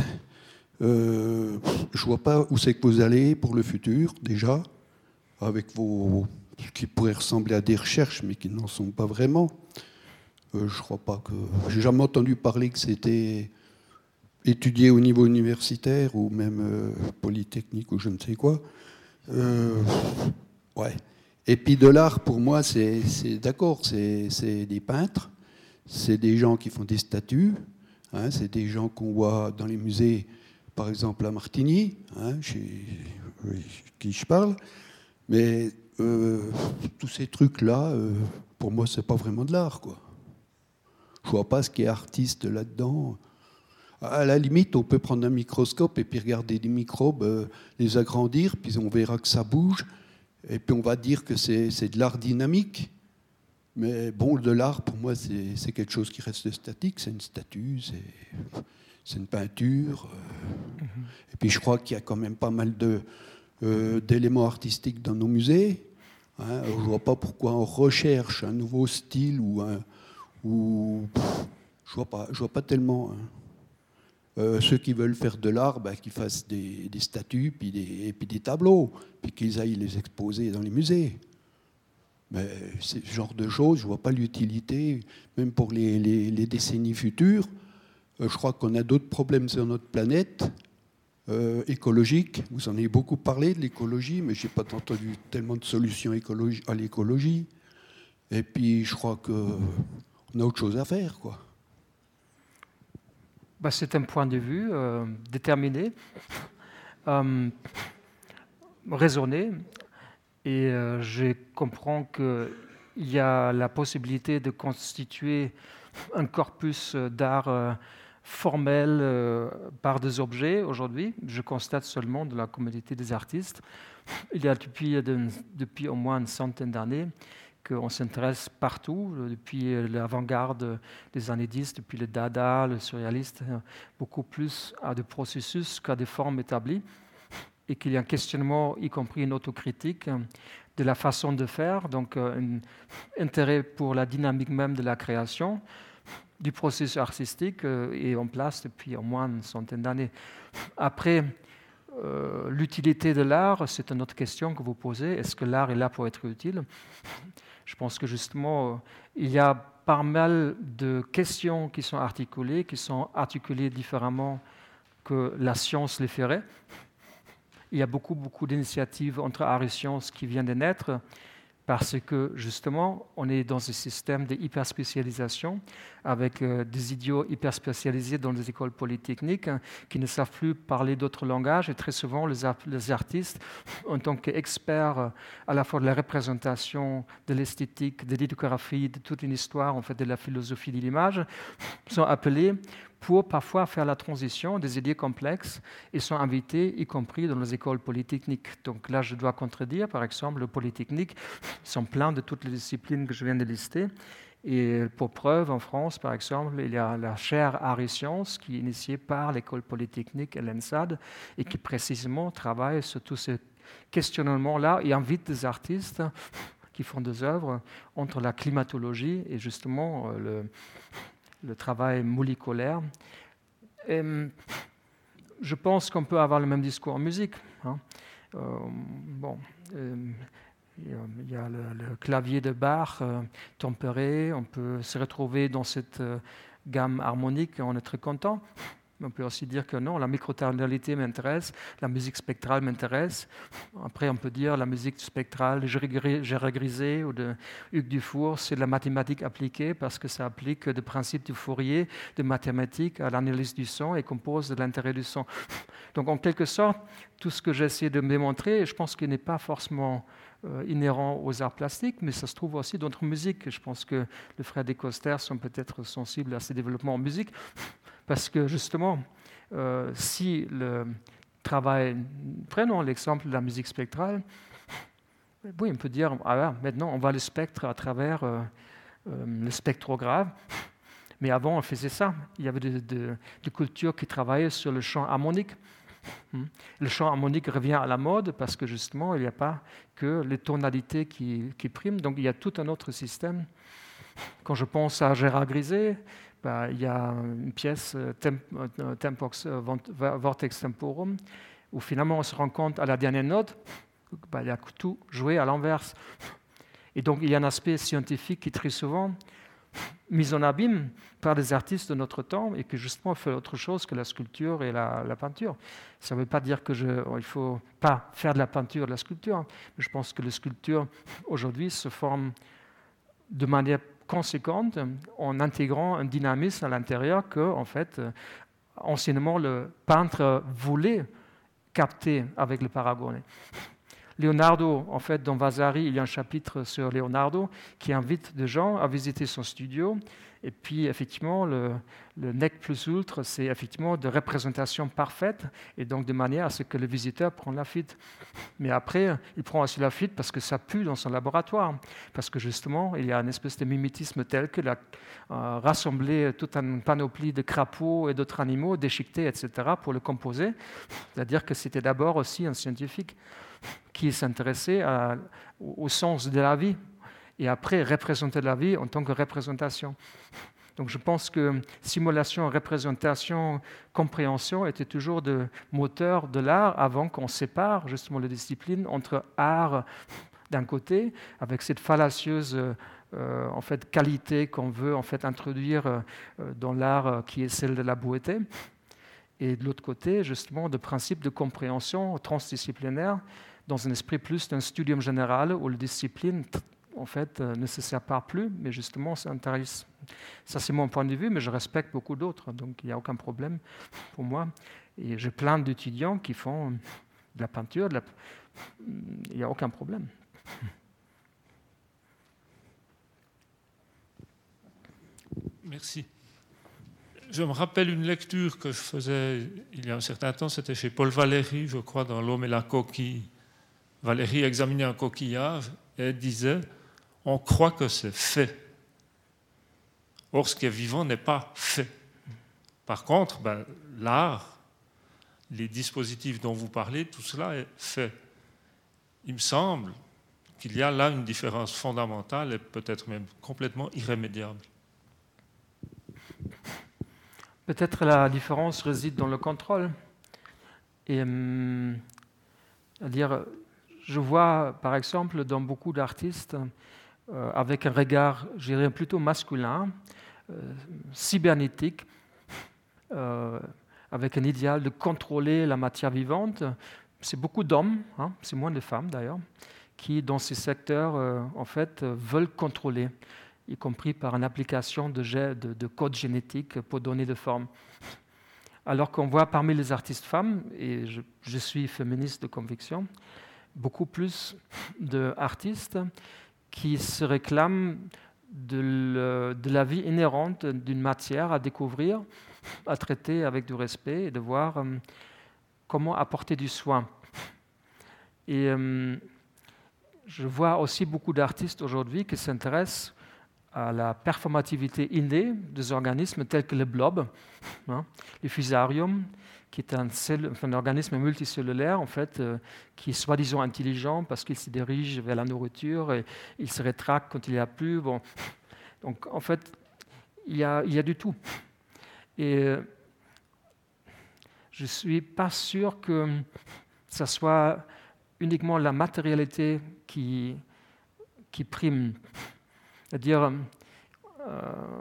S5: Euh, je ne vois pas où c'est que vous allez pour le futur, déjà, avec vos... qui pourraient ressembler à des recherches, mais qui n'en sont pas vraiment. Euh, je crois pas que... J'ai jamais entendu parler que c'était étudié au niveau universitaire ou même euh, polytechnique ou je ne sais quoi. Euh, ouais. Et puis de l'art, pour moi, c'est, c'est d'accord, c'est, c'est des peintres, c'est des gens qui font des statues, hein, c'est des gens qu'on voit dans les musées, par exemple à Martigny, hein, chez oui, qui je parle. Mais euh, tous ces trucs-là, euh, pour moi, c'est pas vraiment de l'art, quoi. Je vois pas ce qui est artiste là-dedans. À la limite, on peut prendre un microscope et puis regarder des microbes, euh, les agrandir, puis on verra que ça bouge, et puis on va dire que c'est, c'est de l'art dynamique. Mais bon, de l'art, pour moi, c'est, c'est quelque chose qui reste statique, c'est une statue, c'est, c'est une peinture. Euh, mm-hmm. Et puis je crois qu'il y a quand même pas mal de, euh, d'éléments artistiques dans nos musées. Hein. Je ne vois pas pourquoi on recherche un nouveau style ou un... Ou, pff, je ne vois pas, je vois pas tellement... Hein. Euh, ceux qui veulent faire de l'art, ben, qu'ils fassent des, des statues puis des, et puis des tableaux, puis qu'ils aillent les exposer dans les musées. Mais ce genre de choses, je ne vois pas l'utilité, même pour les, les, les décennies futures. Euh, je crois qu'on a d'autres problèmes sur notre planète, euh, écologiques. Vous en avez beaucoup parlé de l'écologie, mais je n'ai pas entendu tellement de solutions écologi- à l'écologie. Et puis, je crois qu'on a autre chose à faire, quoi.
S3: Bah, c'est un point de vue euh, déterminé, euh, raisonné, et euh, je comprends qu'il y a la possibilité de constituer un corpus d'art euh, formel euh, par des objets aujourd'hui. Je constate seulement de la communauté des artistes. Il y a depuis, de, depuis au moins une centaine d'années qu'on s'intéresse partout, depuis l'avant-garde des années dix, depuis le dada, le surréaliste, beaucoup plus à des processus qu'à des formes établies, et qu'il y a un questionnement, y compris une autocritique, de la façon de faire, donc un intérêt pour la dynamique même de la création, du processus artistique euh, est en place depuis au moins une centaine d'années. Après, euh, l'utilité de l'art, c'est une autre question que vous posez. Est-ce que l'art est là pour être utile? Je pense que justement, euh, il y a pas mal de questions qui sont articulées, qui sont articulées différemment que la science les ferait. Il y a beaucoup, beaucoup d'initiatives entre art et science qui viennent de naître parce que, justement, on est dans un système de hyperspécialisation avec euh, des idiots hyperspécialisés dans les écoles polytechniques hein, qui ne savent plus parler d'autres langages. Et très souvent, les, art les artistes, en tant qu'experts euh, à la fois de la représentation, de l'esthétique, de l'idéographie, de toute une histoire, en fait, de la philosophie de l'image, sont appelés pour parfois faire la transition des idées complexes et sont invités, y compris dans les écoles polytechniques. Donc là, je dois contredire, par exemple, le polytechnique sont pleins de toutes les disciplines que je viens de lister. Et pour preuve, en France, par exemple, il y a la chaire Arts et Sciences qui est initiée par l'école polytechnique et l'ENSAD et qui précisément travaille sur tous ces questionnements-là et invite des artistes qui font des œuvres entre la climatologie et justement le le travail moléculaire. Et je pense qu'on peut avoir le même discours en musique. Hein. Euh, bon, euh, il y a le, le clavier de Bach euh, tempéré, on peut se retrouver dans cette euh, gamme harmonique et on est très content. On peut aussi dire que non, la microtonalité m'intéresse, la musique spectrale m'intéresse. Après, on peut dire la musique spectrale de Gérard Griset ou de Hugues Dufour, c'est de la mathématique appliquée parce que ça applique des principes de Fourier, de mathématiques à l'analyse du son et compose de l'intérêt du son. Donc, en quelque sorte, tout ce que j'essaie de me démontrer, je pense qu'il n'est pas forcément euh, inhérent aux arts plastiques, mais ça se trouve aussi dans d'autres musiques. Je pense que les frères Descoster sont peut-être sensibles à ces développements en musique. Parce que justement, euh, si le travail, prenons l'exemple de la musique spectrale, oui, on peut dire, ah, maintenant on voit le spectre à travers euh, euh, le spectrographe, mais avant on faisait ça. Il y avait des de, de cultures qui travaillaient sur le champ harmonique. Le champ harmonique revient à la mode parce que justement il n'y a pas que les tonalités qui, qui priment, donc il y a tout un autre système. Quand je pense à Gérard Griset, bah, il y a une pièce, Temp Tempox Vortex Temporum, où finalement on se rend compte à la dernière note, bah, il y a tout joué à l'inverse. Et donc il y a un aspect scientifique qui très souvent mis en abîme par des artistes de notre temps et qui justement fait autre chose que la sculpture et la, la peinture. Ça ne veut pas dire qu'il ne faut pas faire de la peinture et de la sculpture, mais je pense que la sculpture aujourd'hui se forme de manière conséquente en intégrant un dynamisme à l'intérieur que, en fait, euh, anciennement, le peintre voulait capter avec le Paragonés. Leonardo, en fait, dans Vasari, il y a un chapitre sur Leonardo qui invite des gens à visiter son studio. Et puis, effectivement, le, le nec plus ultra, c'est effectivement de représentation parfaite et donc de manière à ce que le visiteur prenne la fuite. Mais après, il prend aussi la fuite parce que ça pue dans son laboratoire. Parce que justement, il y a une espèce de mimétisme tel qu'il a euh, rassemblé toute une panoplie de crapauds et d'autres animaux déchiquetés, et cetera, pour le composer. C'est-à-dire que c'était d'abord aussi un scientifique qui s'intéressait à, au, au sens de la vie. Et après, représenter la vie en tant que représentation. Donc je pense que simulation, représentation, compréhension étaient toujours des moteurs de l'art avant qu'on sépare justement les disciplines entre art d'un côté, avec cette fallacieuse euh, en fait, qualité qu'on veut en fait, introduire euh, dans l'art euh, qui est celle de la beauté, et de l'autre côté, justement, de principes de compréhension transdisciplinaire dans un esprit plus d'un studium général où les disciplines en fait, euh, ne se séparent plus, mais justement s'intéressent. Ça, c'est mon point de vue, mais je respecte beaucoup d'autres, donc il n'y a aucun problème pour moi. Et j'ai plein d'étudiants qui font de la peinture, de la... il n'y a aucun problème.
S6: Merci. Je me rappelle une lecture que je faisais il y a un certain temps, c'était chez Paul Valéry, je crois, dans L'homme et la coquille. Valéry examinait un coquillage et elle disait « on croit que c'est fait ». Or, ce qui est vivant n'est pas fait. Par contre, ben, l'art, les dispositifs dont vous parlez, tout cela est fait. Il me semble qu'il y a là une différence fondamentale et peut-être même complètement irrémédiable.
S3: Peut-être la différence réside dans le contrôle. Et, hum, c'est-à-dire, je vois, par exemple, dans beaucoup d'artistes, euh, avec un regard, je dirais, plutôt masculin, euh, cybernétique, euh, avec un idéal de contrôler la matière vivante. C'est beaucoup d'hommes, hein, c'est moins de femmes d'ailleurs, qui, dans ces secteurs, euh, en fait, euh, veulent contrôler, y compris par une application de, de, de code génétique pour donner de forme. Alors qu'on voit parmi les artistes femmes, et je, je suis féministe de conviction, beaucoup plus d'artistes qui se réclament de, le, de la vie inhérente d'une matière à découvrir, à traiter avec du respect et de voir euh, comment apporter du soin. Et euh, je vois aussi beaucoup d'artistes aujourd'hui qui s'intéressent à la performativité innée des organismes tels que le blob, hein, le fusarium, qui est un, un organisme multicellulaire en fait, euh, qui est soi-disant intelligent parce qu'il se dirige vers la nourriture et il se rétracte quand il n'y a plus. Bon. Donc en fait, il y a, il y a du tout. Et euh, je ne suis pas sûr que ce soit uniquement la matérialité qui, qui prime. C'est-à-dire, euh,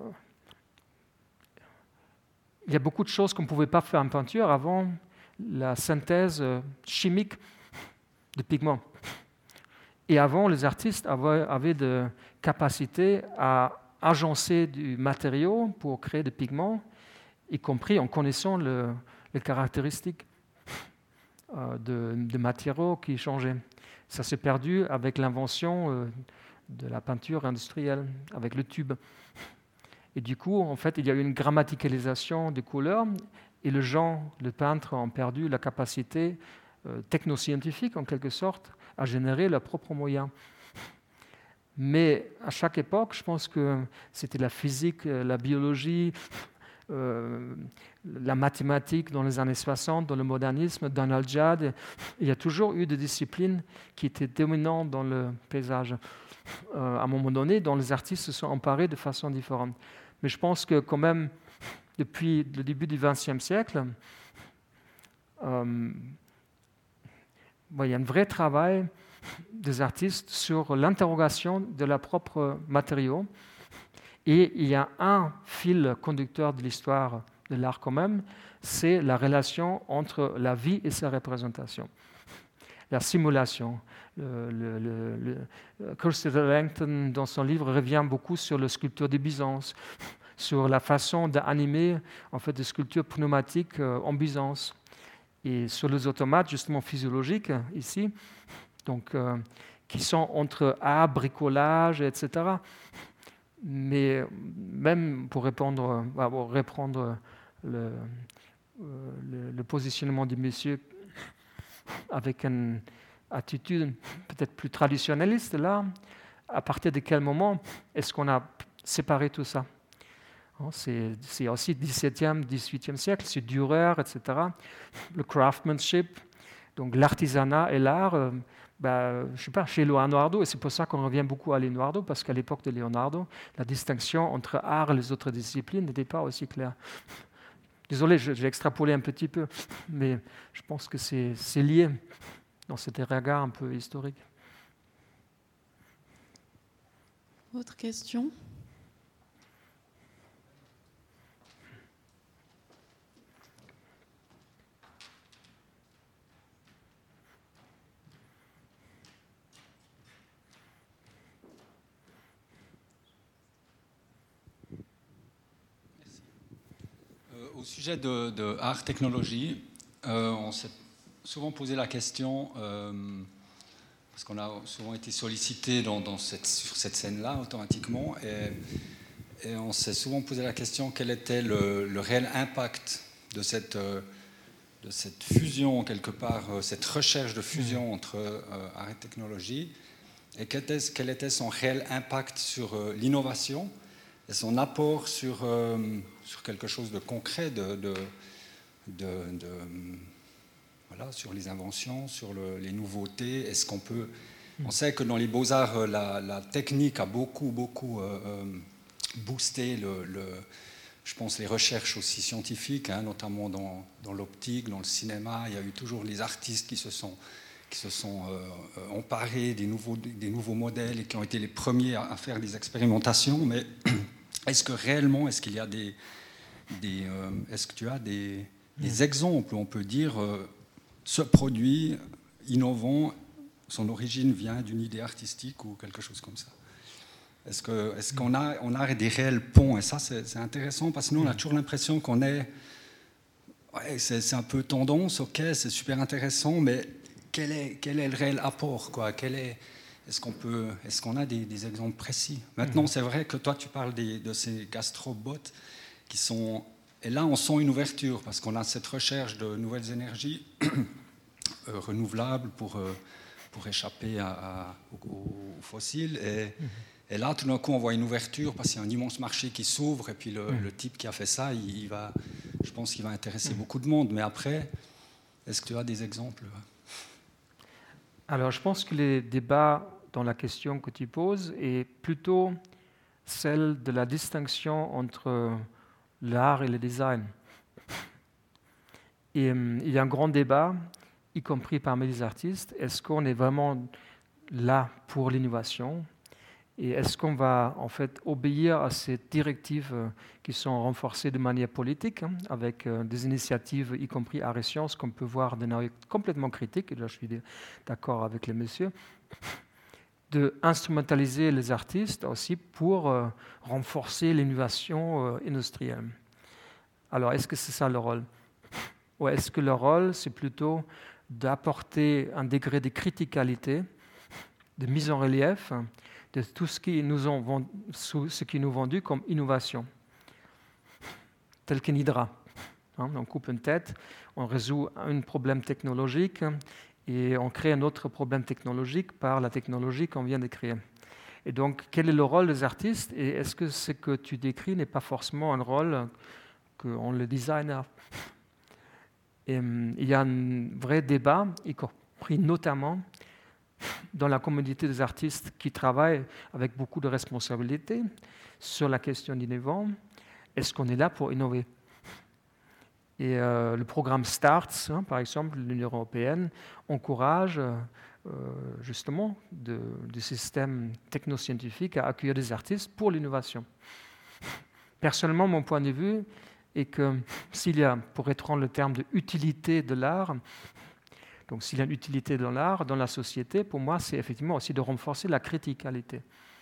S3: il y a beaucoup de choses qu'on ne pouvait pas faire en peinture avant la synthèse chimique de pigments. Et avant, les artistes avaient, avaient de capacité à agencer du matériau pour créer des pigments, y compris en connaissant le, les caractéristiques euh, de, de matériaux qui changeaient. Ça s'est perdu avec l'invention euh, de la peinture industrielle, avec le tube. Et du coup, en fait, il y a eu une grammaticalisation des couleurs et les gens, les peintres, ont perdu la capacité euh, technoscientifique, en quelque sorte, à générer leurs propres moyens. Mais à chaque époque, je pense que c'était la physique, la biologie, euh, la mathématique dans les années soixante, dans le modernisme, Donald Judd. Il y a toujours eu des disciplines qui étaient dominantes dans le paysage. Euh, à un moment donné, dont les artistes se sont emparés de façon différente. Mais je pense que quand même, depuis le début du vingtième siècle, euh, bon, il y a un vrai travail des artistes sur l'interrogation de leurs propres matériaux. Et il y a un fil conducteur de l'histoire de l'art quand même, c'est la relation entre la vie et sa représentation. La simulation. Le, le, le, le, Kirsty Langton, dans son livre, revient beaucoup sur la sculpture de Byzance, sur la façon d'animer en fait, des sculptures pneumatiques euh, en Byzance, et sur les automates justement physiologiques ici, donc, euh, qui sont entre art, bricolage, et cetera. Mais même pour répondre, euh, pour reprendre le, euh, le, le positionnement du monsieur avec une attitude peut-être plus traditionnaliste, là, à partir de quel moment est-ce qu'on a séparé tout ça? C'est, c'est aussi dix-septième, dix-huitième siècle, c'est Dürer, et cetera. Le craftsmanship, donc l'artisanat et l'art, euh, bah, je ne sais pas, chez Leonardo, et c'est pour ça qu'on revient beaucoup à Leonardo, parce qu'à l'époque de Leonardo, la distinction entre art et les autres disciplines n'était pas aussi claire. Désolé, j'ai extrapolé un petit peu, mais je pense que c'est, c'est lié dans cet regard un peu historique.
S1: Autre question ?
S7: Au sujet de, de art technologie, euh, on s'est souvent posé la question, euh, parce qu'on a souvent été sollicité dans, dans cette, sur cette scène-là automatiquement, et, et on s'est souvent posé la question quel était le, le réel impact de cette, de cette fusion, quelque part, cette recherche de fusion entre euh, art et technologie, et quel était, quel était son réel impact sur euh, l'innovation et son apport sur, euh, sur quelque chose de concret, de, de, de, de, voilà, sur les inventions, sur le, les nouveautés. Est-ce qu'on peut... On sait que dans les beaux-arts, la, la technique a beaucoup, beaucoup euh, boosté le, le, je pense, les recherches aussi scientifiques, hein, notamment dans, dans l'optique, dans le cinéma. Il y a eu toujours les artistes qui se sont, qui se sont euh, emparés des nouveaux, des nouveaux modèles et qui ont été les premiers à, à faire des expérimentations. Mais est-ce que réellement, est-ce qu'il y a des... des euh, est-ce que tu as des, des exemples où on peut dire euh, ce produit innovant, son origine vient d'une idée artistique ou quelque chose comme ça? Est-ce, que, est-ce qu'on a, on a des réels ponts? Et ça, c'est, c'est intéressant parce que nous, on a toujours l'impression qu'on est... Ouais, c'est, c'est un peu tendance, ok, c'est super intéressant, mais quel est, quel est le réel apport, quoi? Quel est, est-ce, qu'on peut, est-ce qu'on a des, des exemples précis? Maintenant, mmh. c'est vrai que toi, tu parles des, de ces gastrobots qui sont... Et là, on sent une ouverture parce qu'on a cette recherche de nouvelles énergies euh, renouvelables pour, euh, pour échapper à, à, aux, aux fossiles. Et... Mmh. Et là, tout d'un coup, on voit une ouverture parce qu'il y a un immense marché qui s'ouvre et puis le, mmh. le type qui a fait ça, il, il va, je pense qu'il va intéresser mmh. beaucoup de monde. Mais après, est-ce que tu as des exemples?
S3: Alors, je pense que les débats dans la question que tu poses est plutôt celle de la distinction entre l'art et le design. Et euh, il y a un grand débat, y compris parmi les artistes. Est-ce qu'on est vraiment là pour l'innovation ? Et est-ce qu'on va en fait obéir à ces directives euh, qui sont renforcées de manière politique, hein, avec euh, des initiatives, y compris arts et sciences, qu'on peut voir d'un œil complètement critique, et là je suis d'accord avec les messieurs, de instrumentaliser les artistes aussi pour euh, renforcer l'innovation euh, industrielle. Alors est-ce que c'est ça le rôle? Ou est-ce que le rôle, c'est plutôt d'apporter un degré de criticalité, de mise en relief, de tout ce qui nous ont vendu, ce qui nous vendu comme innovation, tel qu'une hydra. Hein, on coupe une tête, on résout un problème technologique et on crée un autre problème technologique par la technologie qu'on vient de créer. Et donc, quel est le rôle des artistes? Et est-ce que ce que tu décris n'est pas forcément un rôle qu'ont le designer? Et, um, il y a un vrai débat, y compris notamment dans la communauté des artistes qui travaillent avec beaucoup de responsabilités sur la question d'innovation. Est-ce qu'on est là pour innover? Et euh, le programme STARTS, hein, par exemple, de l'Union européenne, encourage euh, justement de, des systèmes technoscientifiques à accueillir des artistes pour l'innovation. Personnellement, mon point de vue est que s'il y a, pour reprendre le terme de utilité de l'art, donc s'il y a une utilité dans l'art, dans la société, pour moi, c'est effectivement aussi de renforcer la criticalité.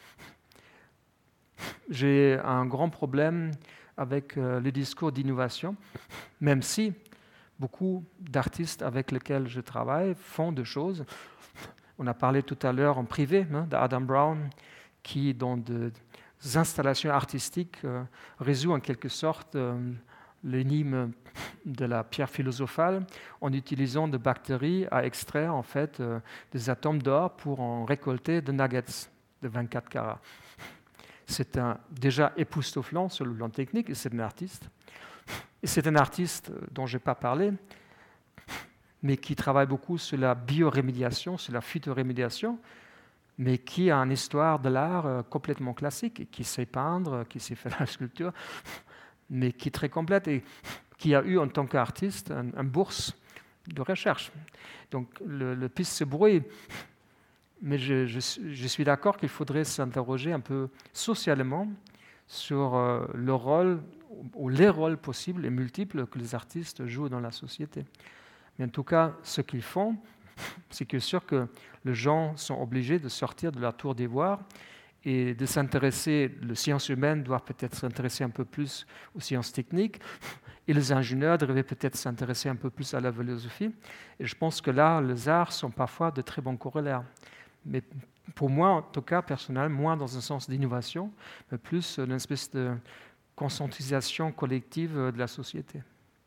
S3: J'ai un grand problème avec euh, le discours d'innovation, même si beaucoup d'artistes avec lesquels je travaille font des choses. On a parlé tout à l'heure en privé hein, d'Adam Brown, qui, dans des installations artistiques, euh, résout en quelque sorte euh, l'énigme de la pierre philosophale en utilisant des bactéries à extraire en fait euh, des atomes d'or pour en récolter des nuggets de vingt-quatre carats. C'est un, déjà époustouflant sur le plan technique et c'est un artiste. Et c'est un artiste dont je n'ai pas parlé, mais qui travaille beaucoup sur la biorémédiation, sur la phytorémédiation, mais qui a une histoire de l'art euh, complètement classique, qui sait peindre, qui sait faire la sculpture, mais qui est très complète et qui a eu en tant qu'artiste une un bourse de recherche. Donc le, le piste se brouille, mais je, je, je suis d'accord qu'il faudrait s'interroger un peu socialement sur euh, le rôle ou les rôles possibles et multiples que les artistes jouent dans la société. Mais en tout cas, ce qu'ils font, c'est que sûr que les gens sont obligés de sortir de la tour d'ivoire et de s'intéresser, les sciences humaines doivent peut-être s'intéresser un peu plus aux sciences techniques, et les ingénieurs devraient peut-être s'intéresser un peu plus à la philosophie. Et je pense que là, les arts sont parfois de très bons corollaires. Mais pour moi, en tout cas, personnellement, moins dans un sens d'innovation, mais plus une espèce de conscientisation collective de la société.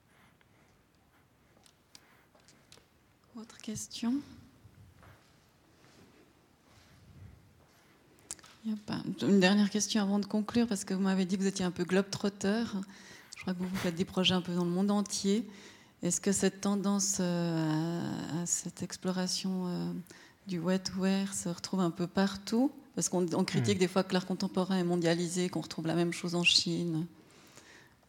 S1: Autre question? Il y a pas... Une dernière question avant de conclure, parce que vous m'avez dit que vous étiez un peu globe-trotter. Je crois que vous faites des projets un peu dans le monde entier. Est-ce que cette tendance euh, à, à cette exploration euh, du wetware se retrouve un peu partout? Parce qu'on on critique mmh. des fois que l'art contemporain est mondialisé, qu'on retrouve la même chose en Chine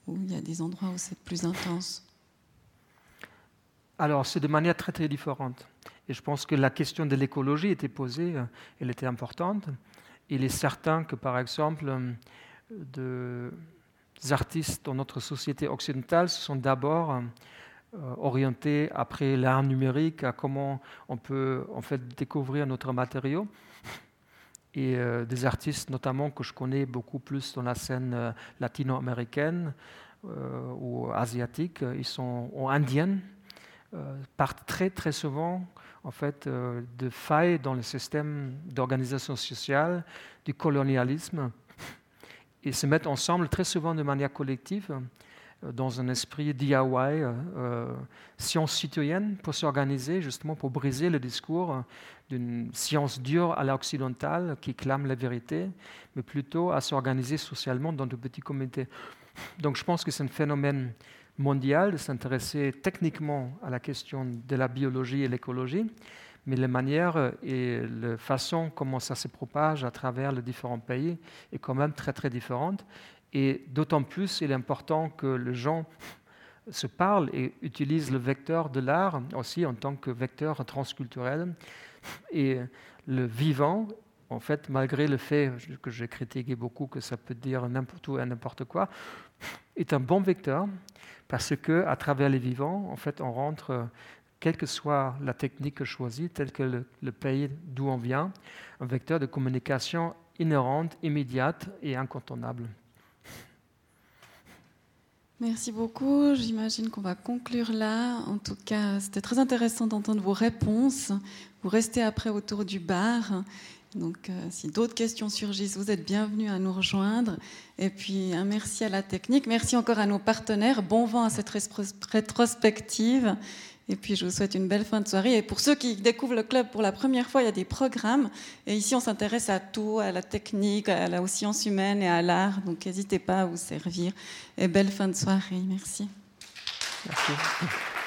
S1: ou il y a des endroits où c'est plus intense?
S3: Alors, c'est de manière très, très différente. Et je pense que la question de l'écologie était posée, elle était importante. Il est certain que, par exemple, de, des artistes dans notre société occidentale se sont d'abord euh, orientés après l'art numérique à comment on peut en fait découvrir notre matériau. Et euh, des artistes notamment que je connais beaucoup plus dans la scène euh, latino-américaine euh, ou asiatique, ils sont ou indiennes, euh, partent très très souvent en fait euh, de failles dans le système d'organisation sociale, du colonialisme, et se mettent ensemble très souvent de manière collective euh, dans un esprit D I Y, euh, science citoyenne, pour s'organiser justement pour briser le discours d'une science dure à l'occidentale qui clame la vérité, mais plutôt à s'organiser socialement dans de petits comités. Donc je pense que c'est un phénomène mondial de s'intéresser techniquement à la question de la biologie et l'écologie, mais la manière et la façon comment ça se propage à travers les différents pays est quand même très très différente. Et d'autant plus, il est important que les gens se parlent et utilisent le vecteur de l'art aussi en tant que vecteur transculturel. Et le vivant, en fait, malgré le fait que j'ai critiqué beaucoup, que ça peut dire n'importe où et n'importe quoi, est un bon vecteur parce qu'à travers les vivants, en fait, on rentre, quelle que soit la technique choisie, tel que le, le pays d'où on vient, un vecteur de communication inhérente, immédiate et incontournable.
S1: Merci beaucoup. J'imagine qu'on va conclure là. En tout cas, c'était très intéressant d'entendre vos réponses. Vous restez après autour du bar. Donc, euh, si d'autres questions surgissent, vous êtes bienvenus à nous rejoindre. Et puis, un merci à la technique. Merci encore à nos partenaires. Bon vent à cette rétrospective. Et puis, je vous souhaite une belle fin de soirée. Et pour ceux qui découvrent le club pour la première fois, il y a des programmes. Et ici, on s'intéresse à tout, à la technique, à la, aux sciences humaines et à l'art. Donc, n'hésitez pas à vous servir. Et belle fin de soirée. Merci.
S3: Merci.